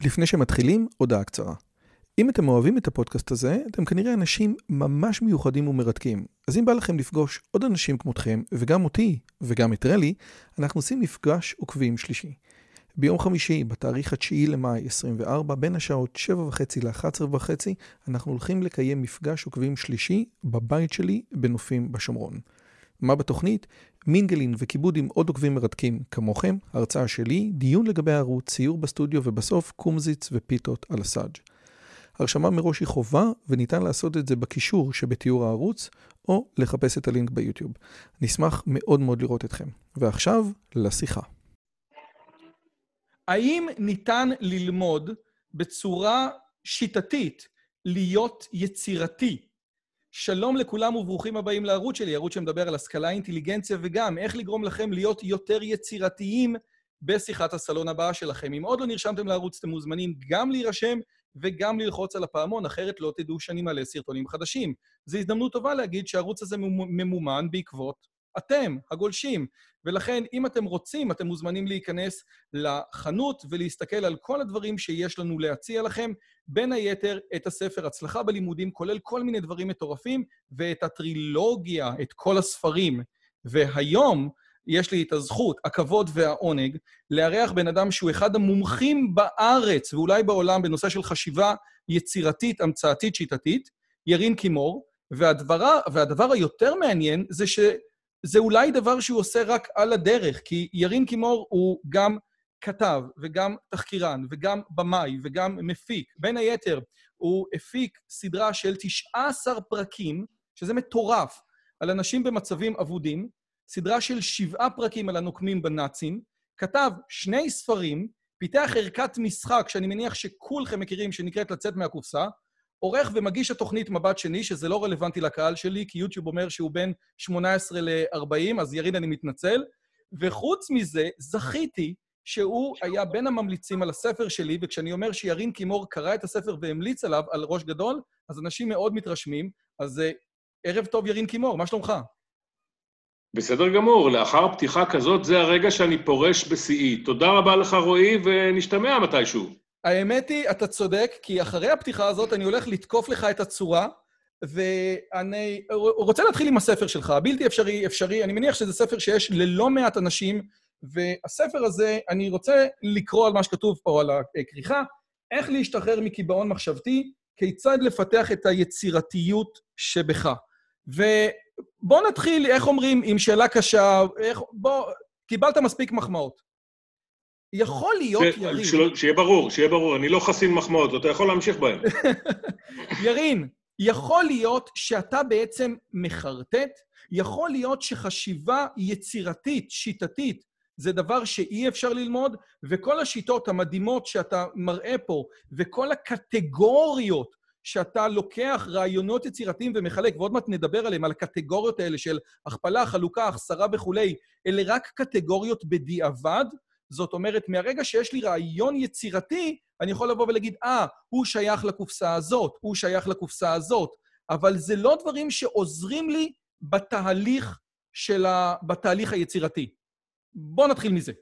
לפני שמתחילים, הודעה קצרה. אם אתם אוהבים את הפודקאסט הזה, אתם כנראה אנשים ממש מיוחדים ומרתקים. אז אם בא לכם לפגוש עוד אנשים כמותכם, וגם אותי, וגם את רלי, אנחנו עושים מפגש עוקבים שלישי. ביום חמישי, בתאריך 9 למאי 24, בין השעות 7:30 ל-11:30, אנחנו הולכים לקיים מפגש עוקבים שלישי בבית שלי בנופים בשומרון. מה בתוכנית? מינגלין וכיבוד עם עוד עוקבים מרתקים כמוכם, הרצאה שלי, דיון לגבי הערוץ, ציור בסטודיו ובסוף קומזיץ ופיתות על הסאג'. הרשמה מראש היא חובה וניתן לעשות את זה בקישור שבתיאור הערוץ או לחפש את הלינק ביוטיוב. נשמח מאוד מאוד לראות אתכם. ועכשיו לשיחה. האם ניתן ללמוד בצורה שיטתית להיות יצירתי? שלום לכולם וברוכים הבאים לערוץ שלי, ערוץ שמדבר על השכלה, אינטליגנציה וגם איך לגרום לכם להיות יותר יצירתיים בשיחת הסלון הבאה שלכם. אם עוד לא נרשמתם לערוץ, אתם מוזמנים גם להירשם וגם ללחוץ על הפעמון, אחרת לא תדעו שאני מעלה סרטונים חדשים. זו הזדמנות טובה להגיד שהערוץ הזה ממומן בעקבות אתם, הגולשים. ולכן, אם אתם רוצים, אתם מוזמנים להיכנס לחנות ולהסתכל על כל הדברים שיש לנו להציע לכם, בין היתר את הספר הצלחה בלימודים, כולל כל מיני דברים מטורפים, ואת הטרילוגיה, את כל הספרים. והיום יש לי את הזכות, הכבוד והעונג, לארח בן אדם שהוא אחד המומחים בארץ, ואולי בעולם, בנושא של חשיבה יצירתית, המצאתית, שיטתית, ירין קימור, והדבר היותר מעניין זה שזה אולי דבר שהוא עושה רק על הדרך, כי ירין קימור הוא גם כתב וגם תחקירן וגם במאי וגם מפיק. בין היתר הוא הפיק סדרה של 19 פרקים, שזה מטורף, על אנשים במצבים אבודים, סדרה של 7 פרקים על הנוקמים בנאצים, כתב 2 ספרים, פיתח ערכת משחק שאני מניח שכולכם מכירים שנקראת לצאת מהקופסה, עורך ומגיש התוכנית מבט שני, שזה לא רלוונטי לקהל שלי, כי יוטיוב אומר שהוא בין 18 ל-40, אז ירין אני מתנצל. וחוץ מזה, זכיתי שהוא היה בין הממליצים על הספר שלי, וכשאני אומר שירין קימור קרא את הספר והמליץ עליו על ראש גדול, אז אנשים מאוד מתרשמים. אז ערב טוב ירין קימור, מה שלומך? בסדר גמור, לאחר פתיחה כזאת זה הרגע שאני פורש בשיאי. תודה רבה לך רועי ונשתמע מתישהו. האמת היא, אתה צודק, כי אחרי הפתיחה הזאת אני הולך לתקוף לך את הצורה, ואני רוצה להתחיל עם הספר שלך, הבלתי אפשרי, אני מניח שזה ספר שיש ללא מעט אנשים, והספר הזה, אני רוצה לקרוא על מה שכתוב פה על הכריכה, איך להשתחרר מקיבעון מחשבתי, כיצד לפתח את היצירתיות שבך. ובוא נתחיל, איך אומרים, עם שאלה קשה, קיבלת מספיק מחמאות. יכול להיות, ירין... שיהיה ברור, אני לא חסין מחמאות, אתה יכול להמשיך בהם. ירין, יכול להיות שאתה בעצם מחרטט, יכול להיות שחשיבה יצירתית, שיטתית, זה דבר שאי אפשר ללמוד, וכל השיטות המדהימות שאתה מראה פה, וכל הקטגוריות שאתה לוקח רעיונות יצירתיים ומחלק, ועוד מעט נדבר עליהם, על הקטגוריות האלה של הכפלה, חלוקה, החסרה וכולי, אלה רק קטגוריות בדיעבד, זאת אומרת, מהרגע שיש לי רעיון יצירתי, אני יכול לבוא ולהגיד, הוא שייך לקופסה הזאת, הוא שייך לקופסה הזאת, אבל זה לא דברים שעוזרים לי בתהליך היצירתי. בוא נתחיל מזה.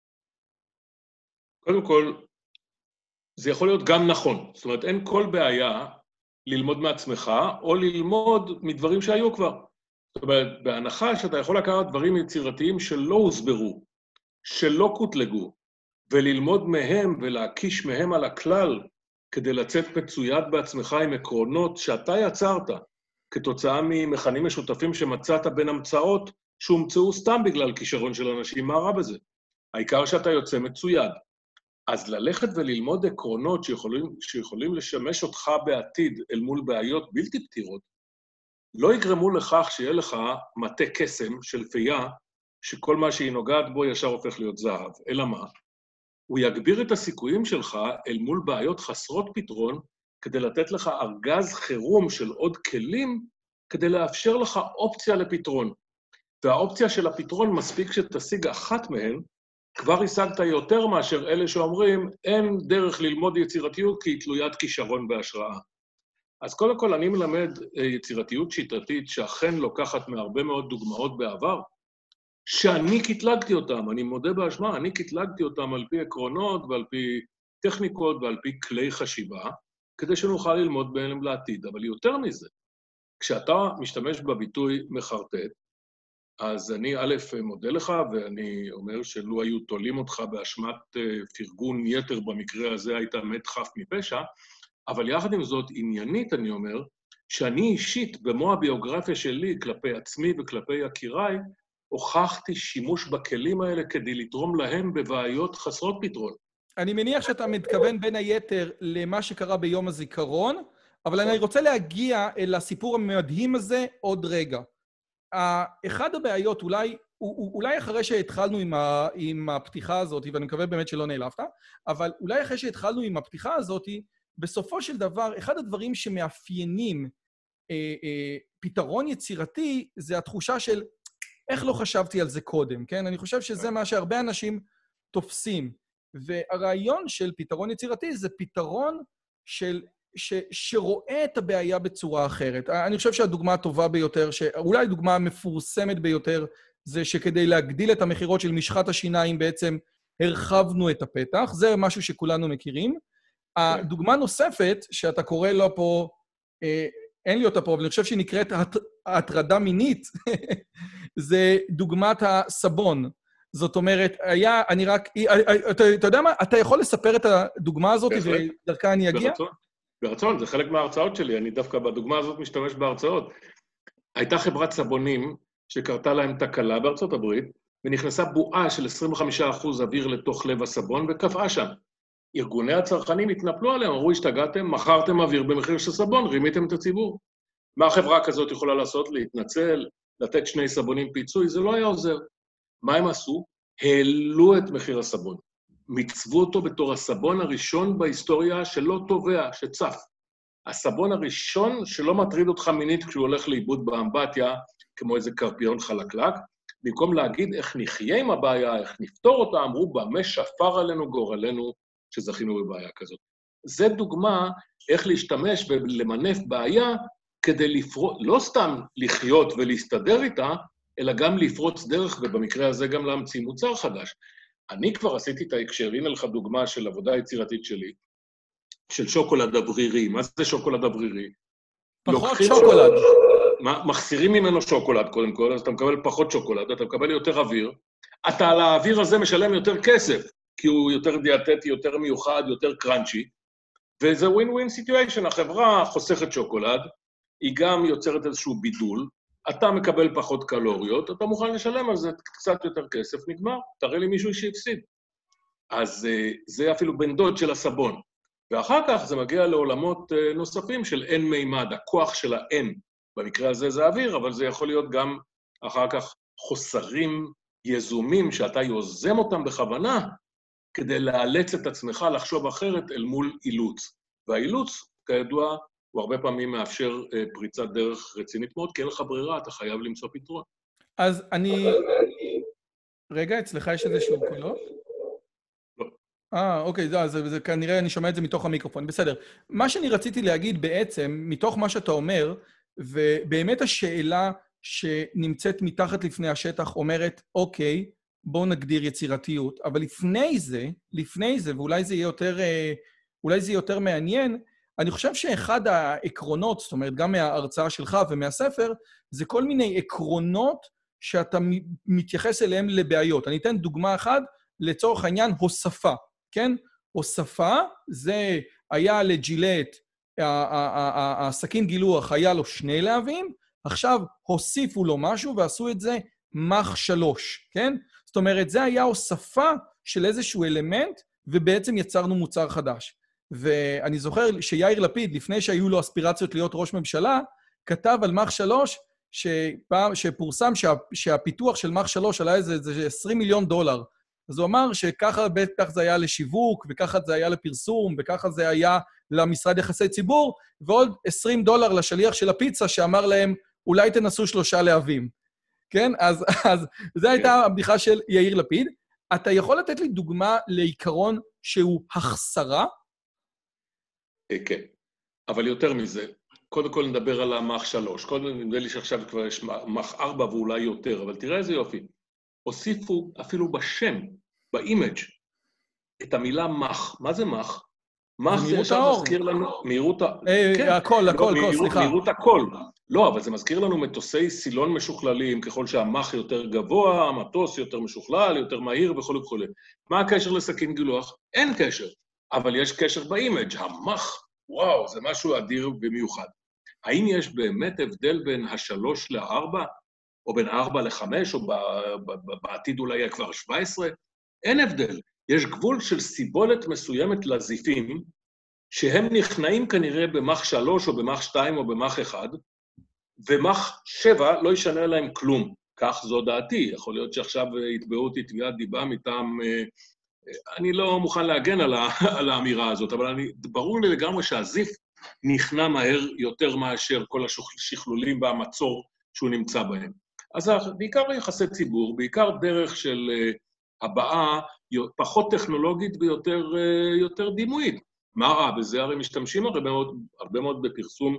קודם כל, זה יכול להיות גם נכון. זאת אומרת, אין כל בעיה ללמוד מעצמך, או ללמוד מדברים שהיו כבר. זאת אומרת, בהנחה שאתה יכול לקחת דברים יצירתיים שלא הוסברו, שלא קוטלגו, וללמוד מהם ולהקיש מהם על הכלל, כדי לצאת מצויד בעצמך עם עקרונות שאתה יצרת, כתוצאה ממכנים משותפים שמצאת בין המצאות, שהומצאו סתם בגלל כישרון של אנשים, מה רע בזה? העיקר שאתה יוצא מצויד. אז ללכת וללמוד עקרונות שיכולים לשמש אותך בעתיד אל מול בעיות בלתי פתירות, לא יגרמו לכך שיהיה לך מטה קסם של פייה, שכל מה שהיא נוגעת בו ישר הופך להיות זהב. אלא מה? הוא יגביר את הסיכויים שלך אל מול בעיות חסרות פתרון, כדי לתת לך ארגז חירום של עוד כלים, כדי לאפשר לך אופציה לפתרון. והאופציה של הפתרון מספיק שתשיג אחת מהן, כבר השגת יותר מאשר אלה שאומרים, אין דרך ללמוד יצירתיות כי היא תלוית כישרון בהשראה. אז קודם כל אני מלמד יצירתיות שיטתית שאכן לוקחת מהרבה מאוד דוגמאות בעבר, שאני קטלגתי אותם, אני מודה באשמה, אני קטלגתי אותם על פי עקרונות ועל פי טכניקות ועל פי כלי חשיבה, כדי שנוכל ללמוד בהם לעתיד. אבל יותר מזה, כשאתה משתמש בביטוי מחרטט, אז אני א' מודה לך, ואני אומר שלו היו תולים אותך באשמת פרגון יתר במקרה הזה, היית מת חף מפשע, אבל יחד עם זאת, עניינית אני אומר, שאני אישית, במו הביוגרפיה שלי, כלפי עצמי וכלפי יקיריי, הוכחתי שימוש בכלים האלה כדי לתרום להם בבעיות חסרות פתרון. אני מניח שאתה מתכוון בין היתר למה שקרה ביום הזיכרון, אבל אני רוצה להגיע אל הסיפור המדהים הזה עוד רגע. אחד הבעיות, אולי אחרי שהתחלנו עם הפתיחה הזאת, ואני מקווה באמת שלא נעלבת, אבל אולי אחרי שהתחלנו עם הפתיחה הזאת, בסופו של דבר, אחד הדברים שמאפיינים פתרון יצירתי, זה התחושה של איך לא חשבתי על זה קודם, כן? אני חושב שזה מה שהרבה אנשים תופסים. והרעיון של פתרון יצירתי זה פתרון שרואה את הבעיה בצורה אחרת. אני חושב שהדוגמה הטובה ביותר, אולי הדוגמה המפורסמת ביותר, זה שכדי להגדיל את המחירות של משחת השיניים בעצם הרחבנו את הפתח. זה משהו שכולנו מכירים. הדוגמה נוספת, שאתה קורא לה פה, אין לי אותה פה, אבל אני חושב שהיא נקראת הטרדה מינית, זה דוגמת הסבון. זאת אומרת, אתה יודע מה? אתה יכול לספר את הדוגמה הזאת ודרכה אני אגיע? ברצון, זה חלק מההרצאות שלי, אני דווקא בדוגמה הזאת משתמש בהרצאות. הייתה חברת סבונים שקרתה להם תקלה בארצות הברית, ונכנסה בועה של 25% אוויר לתוך לב הסבון, וקבעה שם. ארגוני הצרכנים התנפלו עליהם, אמרו, השתגעתם, מכרתם אוויר במחיר של סבון, רימיתם את הציבור. מה החברה כזאת יכולה לעשות? להתנצל, לתת 2 סבונים פיצוי, זה לא היה עוזר. מה הם עשו? העלו את מחיר הסבון. מצבו אותו בתור הסבון הראשון בהיסטוריה שלא תובע, שצף. הסבון הראשון שלא מטריד אותך מינית כשהוא הולך לאיבוד באמבטיה, כמו איזה קרפיון חלקלק, במקום להגיד איך נחיה עם הבעיה, איך נפתור אותה, אמרו, במה שפר עלינו גורלנו שזכינו בבעיה כזאת. זה דוגמה איך להשתמש ולמנף בעיה כדי לפרוץ, לא סתם לחיות ולהסתדר איתה, אלא גם לפרוץ דרך, ובמקרה הזה גם להמציא מוצר חדש. אני כבר עשיתי את ההקשר, הנה לך דוגמה של עבודה יצירתית שלי, של שוקולד אוורירי. מה זה שוקולד אוורירי? פחות שוקולד. מחסירים ממנו שוקולד, קודם כל, אז אתה מקבל פחות שוקולד, אתה מקבל יותר אוויר. אתה על האוויר הזה משלם יותר כסף, כי הוא יותר דיאטטי, יותר מיוחד, יותר קרנצ'י, וזה ווין-ווין סיטואשן. החברה חוסכת שוקולד, היא גם יוצרת איזשהו בידול, אתה מקבל פחות קלוריות, אתה מוכן לשלם על זה קצת יותר כסף, נגמר, תראה לי מישהו שהפסיד. אז זה אפילו בן דוד של הסבון. ואחר כך זה מגיע לעולמות נוספים של אין מימד, הכוח של האין. במקרה הזה זה אוויר, אבל זה יכול להיות גם אחר כך חוסרים יזומים שאתה יוזם אותם בכוונה, כדי לאלץ את עצמך לחשוב אחרת אל מול אילוץ. והאילוץ, כידוע, הוא הרבה פעמים מאפשר פריצת דרך רצינית מאוד, כי אין לך ברירה, אתה חייב למצוא פתרון. אז אני... רגע, אצלך יש איזשהו קולות? לא. אוקיי, זה כנראה, אני שומע את זה מתוך המיקרופון. בסדר. מה שאני רציתי להגיד בעצם, מתוך מה שאתה אומר, ובאמת השאלה שנמצאת מתחת לפני השטח אומרת, אוקיי, בואו נגדיר יצירתיות, אבל לפני זה, ואולי זה יהיה יותר מעניין, אני חושב שאחד העקרונות, זאת אומרת, גם מההרצאה שלך ומהספר, זה כל מיני עקרונות שאתה מתייחס אליהם לבעיות. אני אתן דוגמה אחת, לצורך העניין, הוספה, כן? הוספה, זה היה לג'ילט, הסכין גילוח היה לו 2 להבים, עכשיו הוסיפו לו משהו ועשו את זה מח 3, כן? זאת אומרת, זה היה הוספה של איזשהו אלמנט, ובעצם יצרנו מוצר חדש. ואני זוכר שיאיר לפיד, לפני שהיו לו אספירציות להיות ראש ממשלה, כתב על מח 3, שפורסם שהפיתוח של מח 3 עלה איזה $20 מיליון. אז הוא אמר שככה בטח זה היה לשיווק, וככה זה היה לפרסום, וככה זה היה למשרד יחסי ציבור, ועוד $20 לשליח של הפיצה, שאמר להם, אולי תנסו 3 להבים. כן? אז זו הייתה הבדיחה של יאיר לפיד. אתה יכול לתת לי דוגמה לעיקרון שהוא החסרה? כן, אבל יותר מזה, קודם כל נדבר על המח 3. קודם נדמה לי שעכשיו כבר יש מח 4 ואולי יותר, אבל תראה איזה יופי. הוסיפו אפילו בשם, באימג', את המילה מח. מה זה מח? מח זה מהירות ישר האור. מזכיר לנו, מהירות הכל, סליחה. מהירות הכל. לא, אבל זה מזכיר לנו מטוסי סילון משוכללים, ככל שהמח יותר גבוה, המטוס יותר משוכלל, יותר מהיר וכו' וכו'. מה הקשר לסכין גילוח? אין קשר. אבל יש קשר באימג', המח, וואו, זה משהו אדיר במיוחד. האם יש באמת הבדל בין 3 ל-4, או בין 4 ל-5, או בעתיד אולי כבר 17? אין הבדל. יש גבול של סיבולת מסוימת לזיפים, שהם נכנעים כנראה במח 3, או במח 2, או במח 1, ומח 7 לא ישנה להם כלום. כך זו דעתי. יכול להיות שעכשיו יתבעו אותי תביעת דיבה מטעם... אני לא מוכן להגן על האמירה הזאת, אבל ברור לי לגמרי שהזיף נכנע מהר יותר מאשר כל השכלולים והמצור שהוא נמצא בהם. אז בעיקר יחסי ציבור, בעיקר דרך של הבאה פחות טכנולוגית ויותר דימויית. מה רע בזה? הרי משתמשים הרבה מאוד בפרסום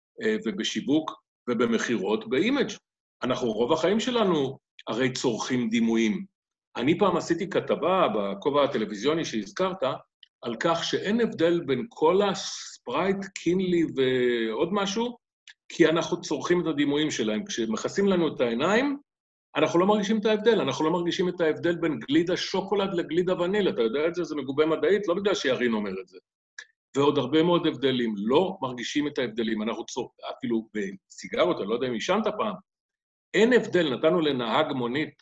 ובשיווק ובמחירות באימג'. אנחנו רוב החיים שלנו הרי צורכים דימויים. אני פעם עשיתי כתבה בכובע הטלוויזיוני שהזכרת, על כך שאין הבדל בין כל הספרייט, קינלי ועוד משהו, כי אנחנו צורכים את הדימויים שלהם. כשמכסים לנו את העיניים, אנחנו לא מרגישים את ההבדל, אנחנו לא מרגישים את ההבדל בין גלידה שוקולד לגלידה וניל, אתה יודע את זה? זה מגובה מדעית, לא בגלל שירין אומר את זה. ועוד הרבה מאוד הבדלים, לא מרגישים את ההבדלים, אנחנו אפילו בסיגרות, אני לא יודע אם ישנת פעם, אין הבדל, נתנו לנהג מונית,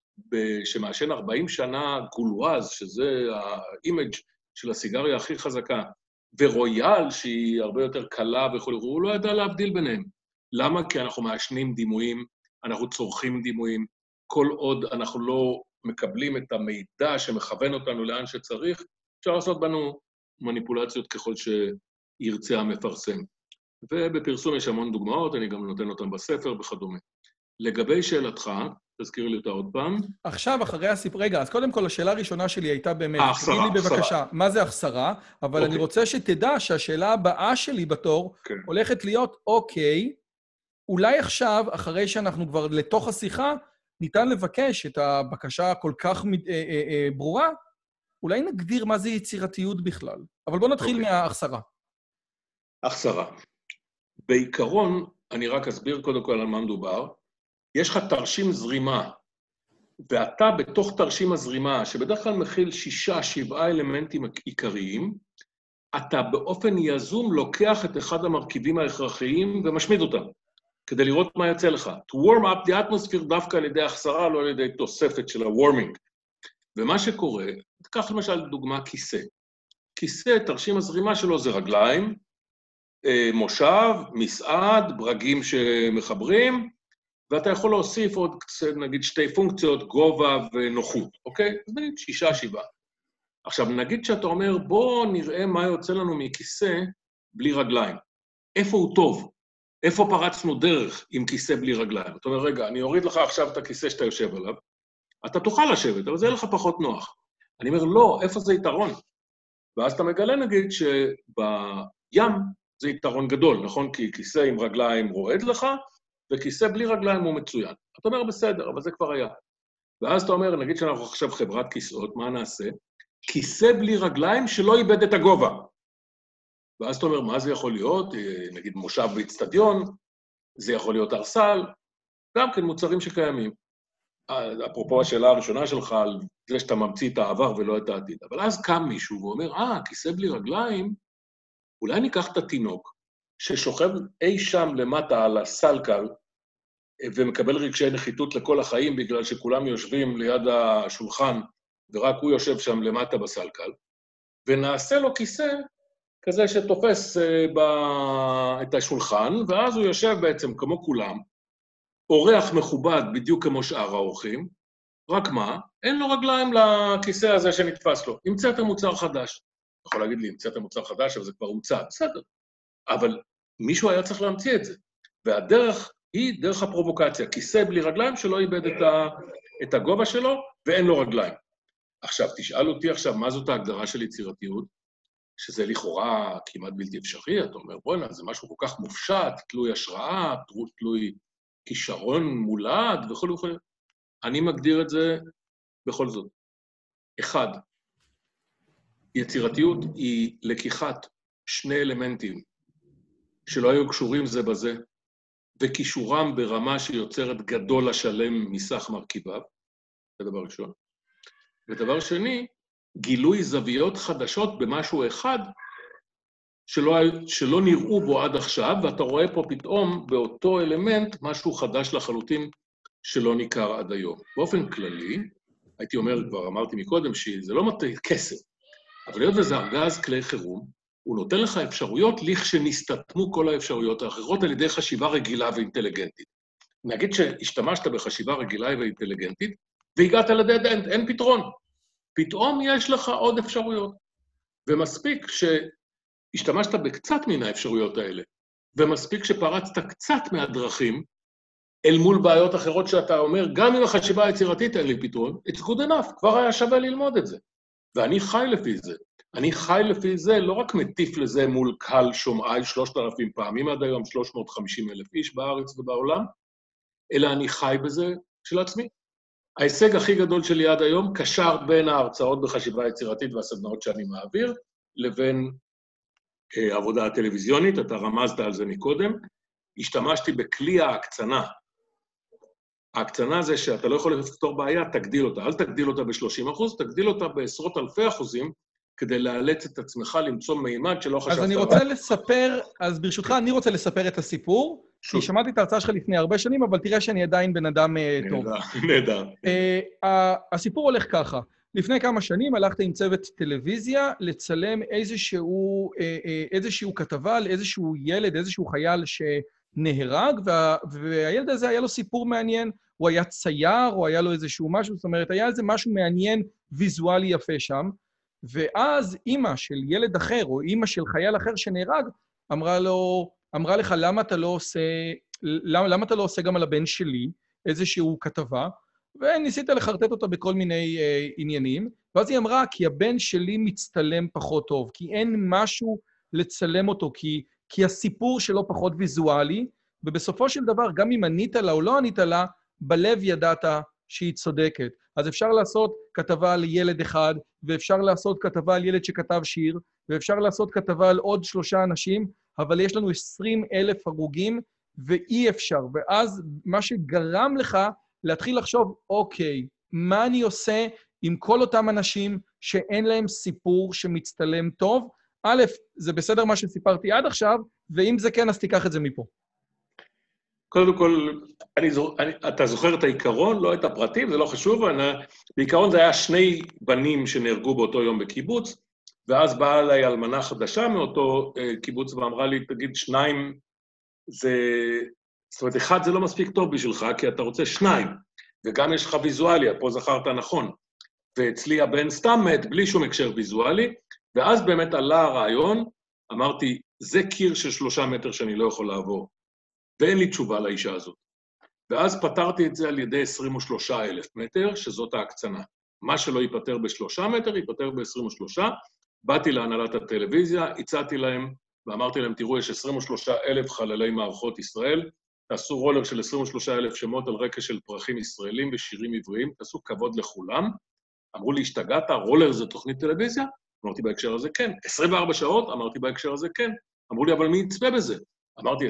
שמעשן 40 שנה גולואז, שזה האימג' של הסיגריה הכי חזקה, ורויאל, שהיא הרבה יותר קלה וכו', הוא לא ידע להבדיל ביניהם. למה? כי אנחנו מעשנים דימויים, אנחנו צורכים דימויים, כל עוד אנחנו לא מקבלים את המידע שמכוון אותנו לאן שצריך, אפשר לעשות בנו מניפולציות ככל שירצה המפרסם. ובפרסום יש המון דוגמאות, אני גם נותן אותן בספר וכדומה. לגבי שאלתך, תזכיר לי אותה עוד פעם. עכשיו, אחרי הסיפור, רגע, אז קודם כל, השאלה הראשונה שלי הייתה באמת, ההחסרה, תגיד לי בבקשה, מה זה החסרה? אבל אני רוצה שתדע שהשאלה הבאה שלי בתור הולכת להיות, אוקיי, אולי עכשיו, אחרי שאנחנו כבר לתוך השיחה, ניתן לבקש את הבקשה הכל כך ברורה, אולי נגדיר מה זה יצירתיות בכלל. אבל בואו נתחיל מההחסרה. החסרה. בעיקרון, אני רק אסביר קודם כל על מה מדובר, יש לך תרשים זרימה, ואתה בתוך תרשים הזרימה, שבדרך כלל מכיל 6-7 אלמנטים עיקריים, אתה באופן יזום לוקח את אחד המרכיבים ההכרחיים ומשמיד אותם, כדי לראות מה יצא לך. To warm up the atmosphere דווקא על ידי החסרה, לא על ידי תוספת של ה-warming. ומה שקורה, תקח למשל דוגמה כיסא. כיסא, תרשים הזרימה שלו זה רגליים, מושב, מסעד, ברגים שמחברים, ואתה יכול להוסיף עוד, נגיד, 2 פונקציות, גובה ונוחות, אוקיי? אז נגיד 6-7. עכשיו, נגיד שאתה אומר, בוא נראה מה יוצא לנו מכיסא בלי רגליים. איפה הוא טוב? איפה פרצנו דרך עם כיסא בלי רגליים? אתה אומר, רגע, אני אוריד לך עכשיו את הכיסא שאתה יושב עליו, אתה תוכל לשבת, אבל זה יהיה לך פחות נוח. אני אומר, לא, איפה זה יתרון? ואז אתה מגלה, נגיד, שבים זה יתרון גדול, נכון? כי כיסא עם רגליים רועד לך, וכיסא בלי רגליים הוא מצוין. אתה אומר, בסדר, אבל זה כבר היה. ואז אתה אומר, נגיד שאנחנו עכשיו חברת כיסאות, מה נעשה? כיסא בלי רגליים שלא איבד את הגובה. ואז אתה אומר, מה זה יכול להיות? נגיד מושב באצטדיון, זה יכול להיות ארסל, גם כן מוצרים שקיימים. אפרופו השאלה הראשונה שלך, על זה שאתה ממציא את העבר ולא את העתיד. אבל אז קם מישהו ואומר, כיסא בלי רגליים, אולי ניקח את התינוק, ששוכב אי שם למטה על הסלקל, ומקבל רגשי נחיתות לכל החיים, בגלל שכולם יושבים ליד השולחן, ורק הוא יושב שם למטה בסלקל, ונעשה לו כיסא כזה שתופס את השולחן, ואז הוא יושב בעצם כמו כולם, אורח מכובד בדיוק כמו שאר האורחים, רק מה? אין לו רגליים לכיסא הזה שנתפס לו. המצאת מוצר חדש. יכול להגיד לי, המצאת מוצר חדש, אבל זה כבר הומצא, בסדר. אבל מישהו היה צריך להמציא את זה. והדרך היא דרך הפרובוקציה, כיסא בלי רגליים שלא איבד את הגובה שלו, ואין לו רגליים. עכשיו, תשאל אותי עכשיו, מה זאת ההגדרה של יצירתיות? שזה לכאורה כמעט בלתי אפשרי, אתה אומר, בוא'נה, זה משהו כל כך מופשט, תלוי השראה, תלוי כישרון מולד וכל וכו'. אני מגדיר את זה בכל זאת. 1, יצירתיות היא לקיחת שני אלמנטים שלא היו קשורים זה בזה, וקישורם ברמה שיוצרת גדול השלם מסך מרכיביו, זה דבר ראשון. ודבר שני, גילוי זוויות חדשות במשהו אחד, שלא נראו בו עד עכשיו, ואתה רואה פה פתאום באותו אלמנט משהו חדש לחלוטין שלא ניכר עד היום. באופן כללי, הייתי אומר, כבר אמרתי מקודם, שזה לא מטה כסף, אבל להיות וזה ארגז כלי חירום, הוא נותן לך אפשרויות לכשנסתתמו כל האפשרויות האחרות על ידי חשיבה רגילה ואינטליגנטית. נגיד שהשתמשת בחשיבה רגילה ואינטליגנטית, והגעת לדד אנד, אין פתרון. פתאום יש לך עוד אפשרויות. ומספיק שהשתמשת בקצת מן האפשרויות האלה, ומספיק שפרצת קצת מהדרכים, אל מול בעיות אחרות שאתה אומר, גם אם החשיבה היצירתית אין לי פתרון, it's good enough, כבר היה שווה ללמוד את זה. ואני חי לפי זה. אני חי לפי זה, לא רק מטיף לזה מול קהל שומעי 3,000 פעמים עד היום, 350,000 איש בארץ ובעולם, אלא אני חי בזה של עצמי. ההישג הכי גדול שלי עד היום קשר בין ההרצאות בחשיבה יצירתית והסדנאות שאני מעביר, לבין העבודה הטלוויזיונית, אתה רמזת על זה מקודם, השתמשתי בכלי ההקצנה. ההקצנה זה שאתה לא יכול לפתור בעיה, תגדיל אותה. אל תגדיל אותה ב-30%, תגדיל אותה בעשרות אלפי אחוזים, כדי לאלץ את עצמך למצוא מימד שלא חשבת. אז אני רוצה לספר, אז ברשותך, אני רוצה לספר את הסיפור, כי שמעתי את ההרצאה שלך לפני הרבה שנים, אבל תראה שאני עדיין בן אדם טוב. נהדר. הסיפור הולך ככה. לפני כמה שנים הלכתי עם צוות טלוויזיה לצלם איזשהו כתבה על איזשהו ילד, איזשהו חייל שנהרג, והילד הזה היה לו סיפור מעניין, הוא היה צייר, או היה לו איזשהו משהו, זאת אומרת, היה איזה משהו מעניין ויזואלי יפה שם, ואז אימא של ילד אחר, או אימא של חייל אחר שנהרג, אמרה לך, למה אתה לא עושה גם על הבן שלי איזשהו כתבה? וניסית לחרטט אותה בכל מיני עניינים, ואז היא אמרה, כי הבן שלי מצטלם פחות טוב, כי אין משהו לצלם אותו, כי הסיפור שלו פחות ויזואלי, ובסופו של דבר, גם אם ענית לה או לא ענית לה, בלב ידעת שהיא צודקת. אז אפשר לעשות כתבה על ילד אחד, ואפשר לעשות כתבה על ילד שכתב שיר, ואפשר לעשות כתבה על עוד 3 אנשים, אבל יש לנו 20,000 הרוגים, ואי אפשר. ואז מה שגרם לך להתחיל לחשוב, אוקיי, מה אני עושה עם כל אותם אנשים שאין להם סיפור שמצטלם טוב? א', זה בסדר מה שסיפרתי עד עכשיו, ואם זה כן, אז תיקח את זה מפה. קודם כל, אתה זוכר את העיקרון, לא את הפרטים, זה לא חשוב, בעיקרון זה היה 2 בנים שנהרגו באותו יום בקיבוץ, ואז באה אליי אלמנה חדשה מאותו קיבוץ, ואמרה לי, תגיד, 2, זאת אומרת, 1 זה לא מספיק טוב בשבילך, כי אתה רוצה 2, וגם יש לך ויזואליה, פה זכרת נכון, ואצלי הבן סתם מת, בלי שום הקשר ויזואלי, ואז באמת עלה הרעיון, אמרתי, זה קיר של 3 מטר שאני לא יכול לעבור. ואין לי תשובה לאישה הזאת. ואז פתרתי את זה על ידי 23,000 מטר, שזאת ההקצנה. מה שלא ייפטר ב3 מטר, ייפטר ב23. באתי להנהלת הטלוויזיה, הצעתי להם, ואמרתי להם, תראו, יש 23,000 חללי מערכות ישראל, תעשו רולר של 23,000 שמות על רקע של פרחים ישראלים ושירים עבריים, תעשו כבוד לכולם. אמרו לי, השתגעת, רולר זה תוכנית טלוויזיה? אמרתי בהקשר הזה כן. 24 שעות? אמרתי בהקשר הזה כן. אמרו לי, אבל מי יצפה בזה? אמרתי,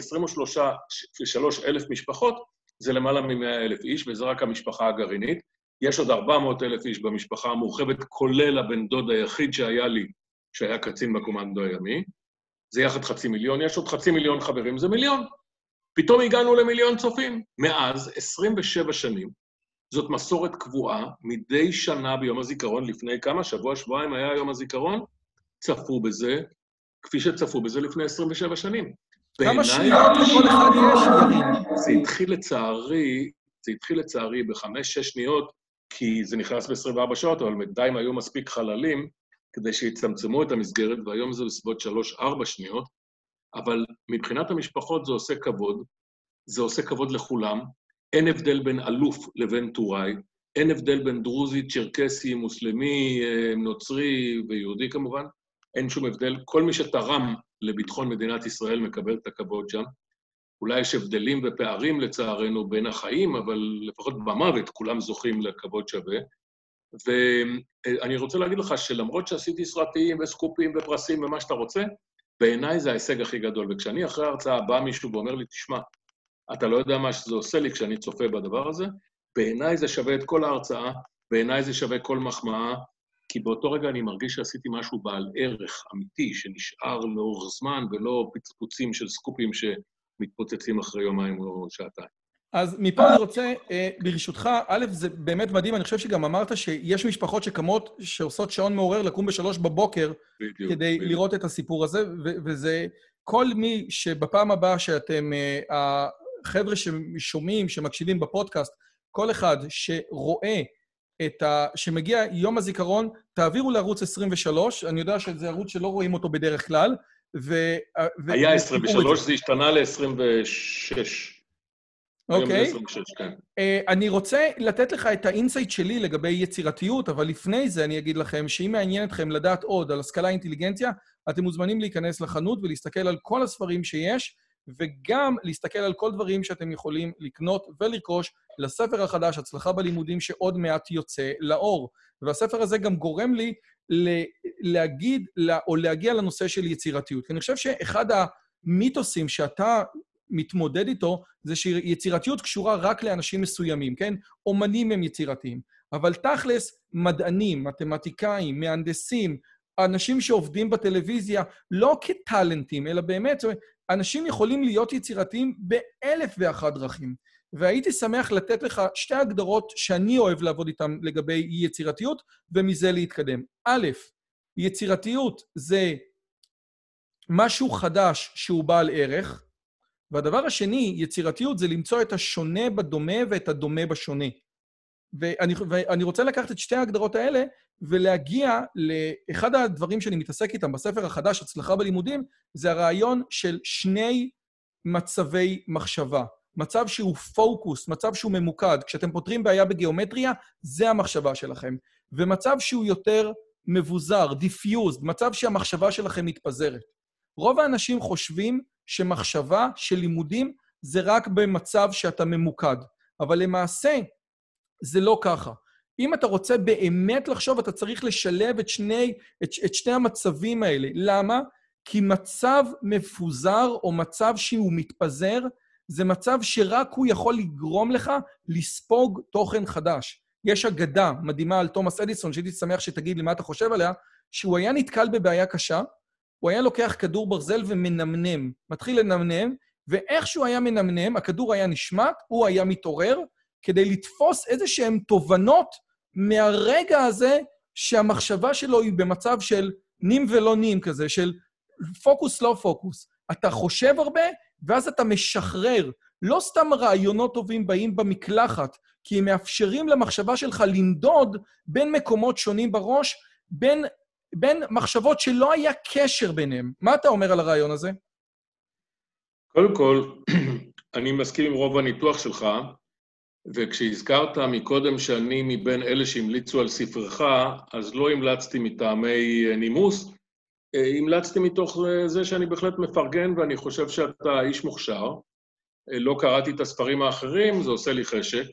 23,000 משפחות, זה למעלה מ100,000 איש, וזה רק המשפחה הגרעינית. יש עוד 400,000 איש במשפחה המורחבת, כולל הבן דוד היחיד שהיה לי, שהיה קצין בקומנדו הימי. זה יחד 500,000, יש עוד 500,000 חברים, זה 1,000,000. פתאום הגענו ל1,000,000 צופים. מאז 27 שנים, זאת מסורת קבועה, מדי שנה ביום הזיכרון, לפני כמה, שבוע-שבועיים היה יום הזיכרון, צפו בזה, כפי שצפו בזה לפני 27 שנים. כמה שניות לכל אחד יש, ירין? זה התחיל לצערי ב5-6 שניות, כי זה נכנס ב24 שעות, אבל בינתיים היו מספיק חללים כדי שיצמצמו את המסגרת, והיום זה בסביבות 3-4 שניות, אבל מבחינת המשפחות זה עושה כבוד, זה עושה כבוד לכולם, אין הבדל בין אלוף לבין טוראי, אין הבדל בין דרוזי, צ'רקסי, מוסלמי, נוצרי ויהודי כמובן, אין שום הבדל, כל מי שתרם לביטחון מדינת ישראל מקבל את הכבוד שם. אולי יש הבדלים ופערים לצערנו בין החיים, אבל לפחות במוות כולם זוכים לכבוד שווה. ואני רוצה להגיד לך שלמרות שעשיתי סרטים וסקופים ופרסים ומה שאתה רוצה, בעיניי זה ההישג הכי גדול. וכשאני אחרי ההרצאה בא מישהו ואומר לי, תשמע, אתה לא יודע מה שזה עושה לי כשאני צופה בדבר הזה, בעיניי זה שווה את כל ההרצאה, בעיניי זה שווה כל מחמאה, כי באותו רגע אני מרגיש שעשיתי משהו בעל ערך אמיתי, שנשאר לאורך זמן, ולא פצפוצים של סקופים שמתפוצצים אחרי יומיים או שעתיים. אז מפה אני רוצה, ברשותך, א', זה באמת מדהים, אני חושב שגם אמרת שיש משפחות שקמות, שעושות שעון מעורר לקום ב3 בבוקר, בדיוק, כדי בדיוק. לראות את הסיפור הזה, וזה כל מי שבפעם הבאה שאתם, החבר'ה ששומעים, שמקשיבים בפודקאסט, כל אחד שרואה שמגיע יום הזיכרון, תעבירו לערוץ 23, אני יודע שזה ערוץ שלא רואים אותו בדרך כלל, היה 23, זה השתנה ל-26. אוקיי. אני רוצה לתת לך את האינסייט שלי לגבי יצירתיות, אבל לפני זה אני אגיד לכם שאם מעניין אתכם לדעת עוד על השכלה אינטליגנציה, אתם מוזמנים להיכנס לחנות ולהסתכל על כל הספרים שיש, וגם להסתכל על כל דברים שאתם יכולים לקנות ולרכוש לספר החדש, הצלחה בלימודים שעוד מעט יוצא לאור. והספר הזה גם גורם לי להגיד או להגיע לנושא של יצירתיות. אני חושב שאחד המיתוסים שאתה מתמודד איתו, זה שיצירתיות קשורה רק לאנשים מסוימים, כן? אומנים הם יצירתיים. אבל תכלס, מדענים, מתמטיקאים, מהנדסים, אנשים שעובדים בטלוויזיה, לא כטלנטים, אלא באמת, אנשים יכולים להיות יצירתיים ב1,001 דרכים. והייתי שמח לתת לך שתי הגדרות שאני אוהב לעבוד איתן לגבי יצירתיות, ומזה להתקדם. א', יצירתיות זה משהו חדש שהוא בעל ערך, והדבר השני, יצירתיות, זה למצוא את השונה בדומה ואת הדומה בשונה. ואני רוצה לקחת את שתי ההגדרות האלה, ולהגיע לאחד הדברים שאני מתעסק איתם בספר החדש, הצלחה בלימודים, זה הרעיון של שני מצבי מחשבה. מצב שהוא פוקוס, מצב שהוא ממוקד. כשאתם פותרים בעיה בגיאומטריה, זה המחשבה שלכם. ומצב שהוא יותר מבוזר, diffused, מצב שהמחשבה שלכם מתפזרת. רוב האנשים חושבים שמחשבה של לימודים זה רק במצב שאתה ממוקד. אבל למעשה, זה לא ככה. אם אתה רוצה באמת לחשוב, אתה צריך לשלב את שני המצבים האלה. למה? כי מצב מפוזר או מצב שהוא מתפזר, זה מצב שרק הוא יכול לגרום לך לספוג תוכן חדש. יש אגדה מדהימה על תומאס אדיסון, שהייתי שמח שתגיד לי מה אתה חושב עליה, שהוא היה נתקל בבעיה קשה, הוא היה לוקח כדור ברזל ומנמנם, מתחיל לנמנם, ואיך שהוא היה מנמנם, הכדור היה נשמט, הוא היה מתעורר, כדי לתפוס איזשהם תובנות מהרגע הזה שהמחשבה שלו היא במצב של נים ולא נים כזה, של פוקוס לא פוקוס. אתה חושב הרבה, ואז אתה משחרר. לא סתם רעיונות טובים באים במקלחת, כי הם מאפשרים למחשבה שלך לנדוד בין מקומות שונים בראש, בין מחשבות שלא היה קשר ביניהם. מה אתה אומר על הרעיון הזה? קודם כל, אני מסכים עם רוב הניתוח שלך, וכשהזכרת מקודם שאני מבין אלה שהמליצו על ספרך, אז לא המלצתי מטעמי נימוס, המלצתי מתוך זה שאני בהחלט מפרגן, ואני חושב שאתה איש מוכשר. לא קראתי את הספרים האחרים, זה עושה לי חשק.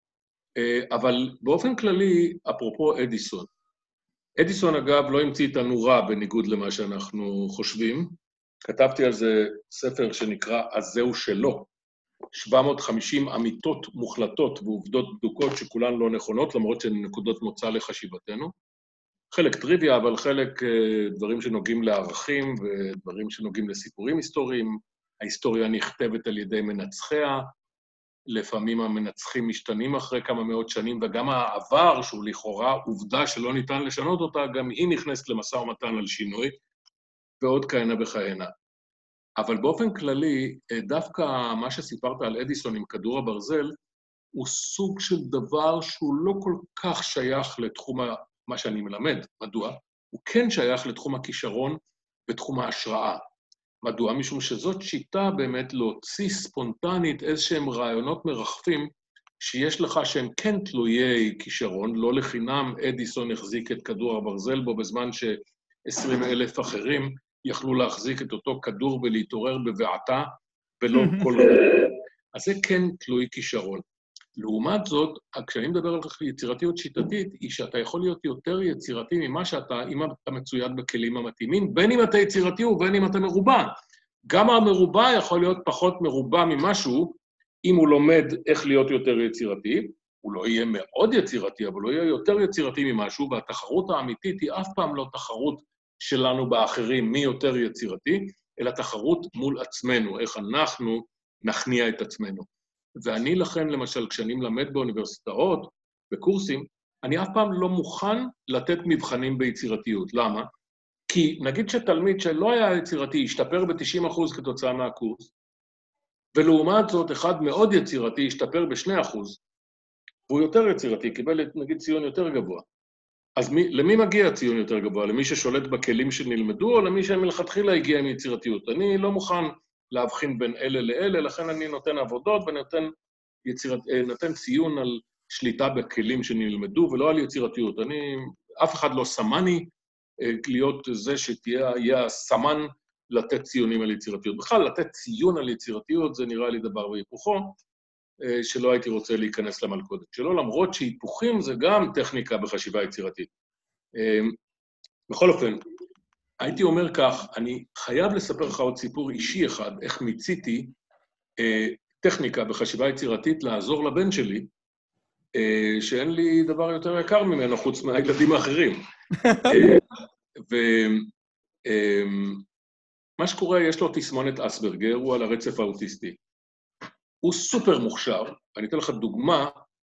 אבל באופן כללי, אפרופו אדיסון, אדיסון אגב לא המציא את הנורה בניגוד למה שאנחנו חושבים. כתבתי על זה ספר שנקרא "אז זהו שלו", 750 אמיתות מוחלטות ועובדות בדוקות שכולן לא נכונות, למרות שהן נקודות מוצא לחשיבתנו. חלק טריוויה, אבל חלק דברים שנוגעים לערכים ודברים שנוגעים לסיפורים היסטוריים. ההיסטוריה נכתבת על ידי מנצחיה, לפעמים המנצחים משתנים אחרי כמה מאות שנים, וגם העבר, שהוא לכאורה עובדה שלא ניתן לשנות אותה, גם היא נכנסת למשא ומתן על שינוי, ועוד כהנה וכהנה. אבל באופן כללי, דווקא מה שסיפרת על אדיסון עם כדור הברזל, הוא סוג של דבר שהוא לא כל כך שייך לתחום מה שאני מלמד. מדוע? הוא כן שייך לתחום הכישרון בתחום ההשראה. מדוע? משום שזאת שיטה באמת להוציא ספונטנית איזשהם רעיונות מרחפים שיש לך שהם כן תלויי כישרון, לא לחינם אדיסון החזיק את כדור הברזל בו בזמן ש20,000 אחרים יכלו להחזיק את אותו כדור ולהתעורר בבעתה ולא כל... אז זה כן תלוי כישרון. לעומת זאת, כשאני מדבר על יצירתיות שיטתית, היא שאתה יכול להיות יותר יצירתי ממה שאתה, אם אתה מצויד בכלים המתאימים, בין אם אתה יצירתי ובין אם אתה מרובע. גם המרובע יכול להיות פחות מרובע ממשהו, אם הוא לומד איך להיות יותר יצירתי, הוא לא יהיה מאוד יצירתי, אבל הוא יהיה יותר יצירתי ממשהו, והתחרות האמיתית היא אף פעם לא תחרות שלנו באחרים, מי יותר יצירתי, אלא תחרות מול עצמנו, איך אנחנו נכניע את עצמנו. ואני לכן, למשל, כשאני מלמד באוניברסיטאות, בקורסים, אני אף פעם לא מוכן לתת מבחנים ביצירתיות. למה? כי נגיד שתלמיד שלא היה יצירתי, השתפר ב-90% כתוצאה מהקורס, ולעומת זאת, אחד מאוד יצירתי השתפר ב2%, והוא יותר יצירתי, קיבל, נגיד, ציון יותר גבוה. אז למי מגיע הציון יותר גבוה? למי ששולט בכלים שנלמדו, או למי שמלכתחילה הגיע עם יצירתיות? אני לא מוכן להבחין בין אלה לאלה, לכן אני נותן עבודות ונותן ציון על שליטה בכלים שנלמדו, ולא על יצירתיות. אף אחד לא סמני להיות זה שתהיה הסמן לתת ציונים על יצירתיות. בכלל, לתת ציון על יצירתיות זה נראה לי דבר והיפוכו, שלא הייתי רוצה להיכנס למלכודת שלו, למרות שהיפוכים זה גם טכניקה בחשיבה יצירתית. בכל אופן, הייתי אומר כך, אני חייב לספר לך עוד סיפור אישי אחד, איך מיציתי טכניקה בחשיבה יצירתית לעזור לבן שלי, שאין לי דבר יותר יקר ממנו חוץ מהילדים האחרים. ומה שקורה, יש לו תסמונת אספרגר, הוא על הרצף האוטיסטי. הוא סופר מוכשר, אני אתן לך דוגמה,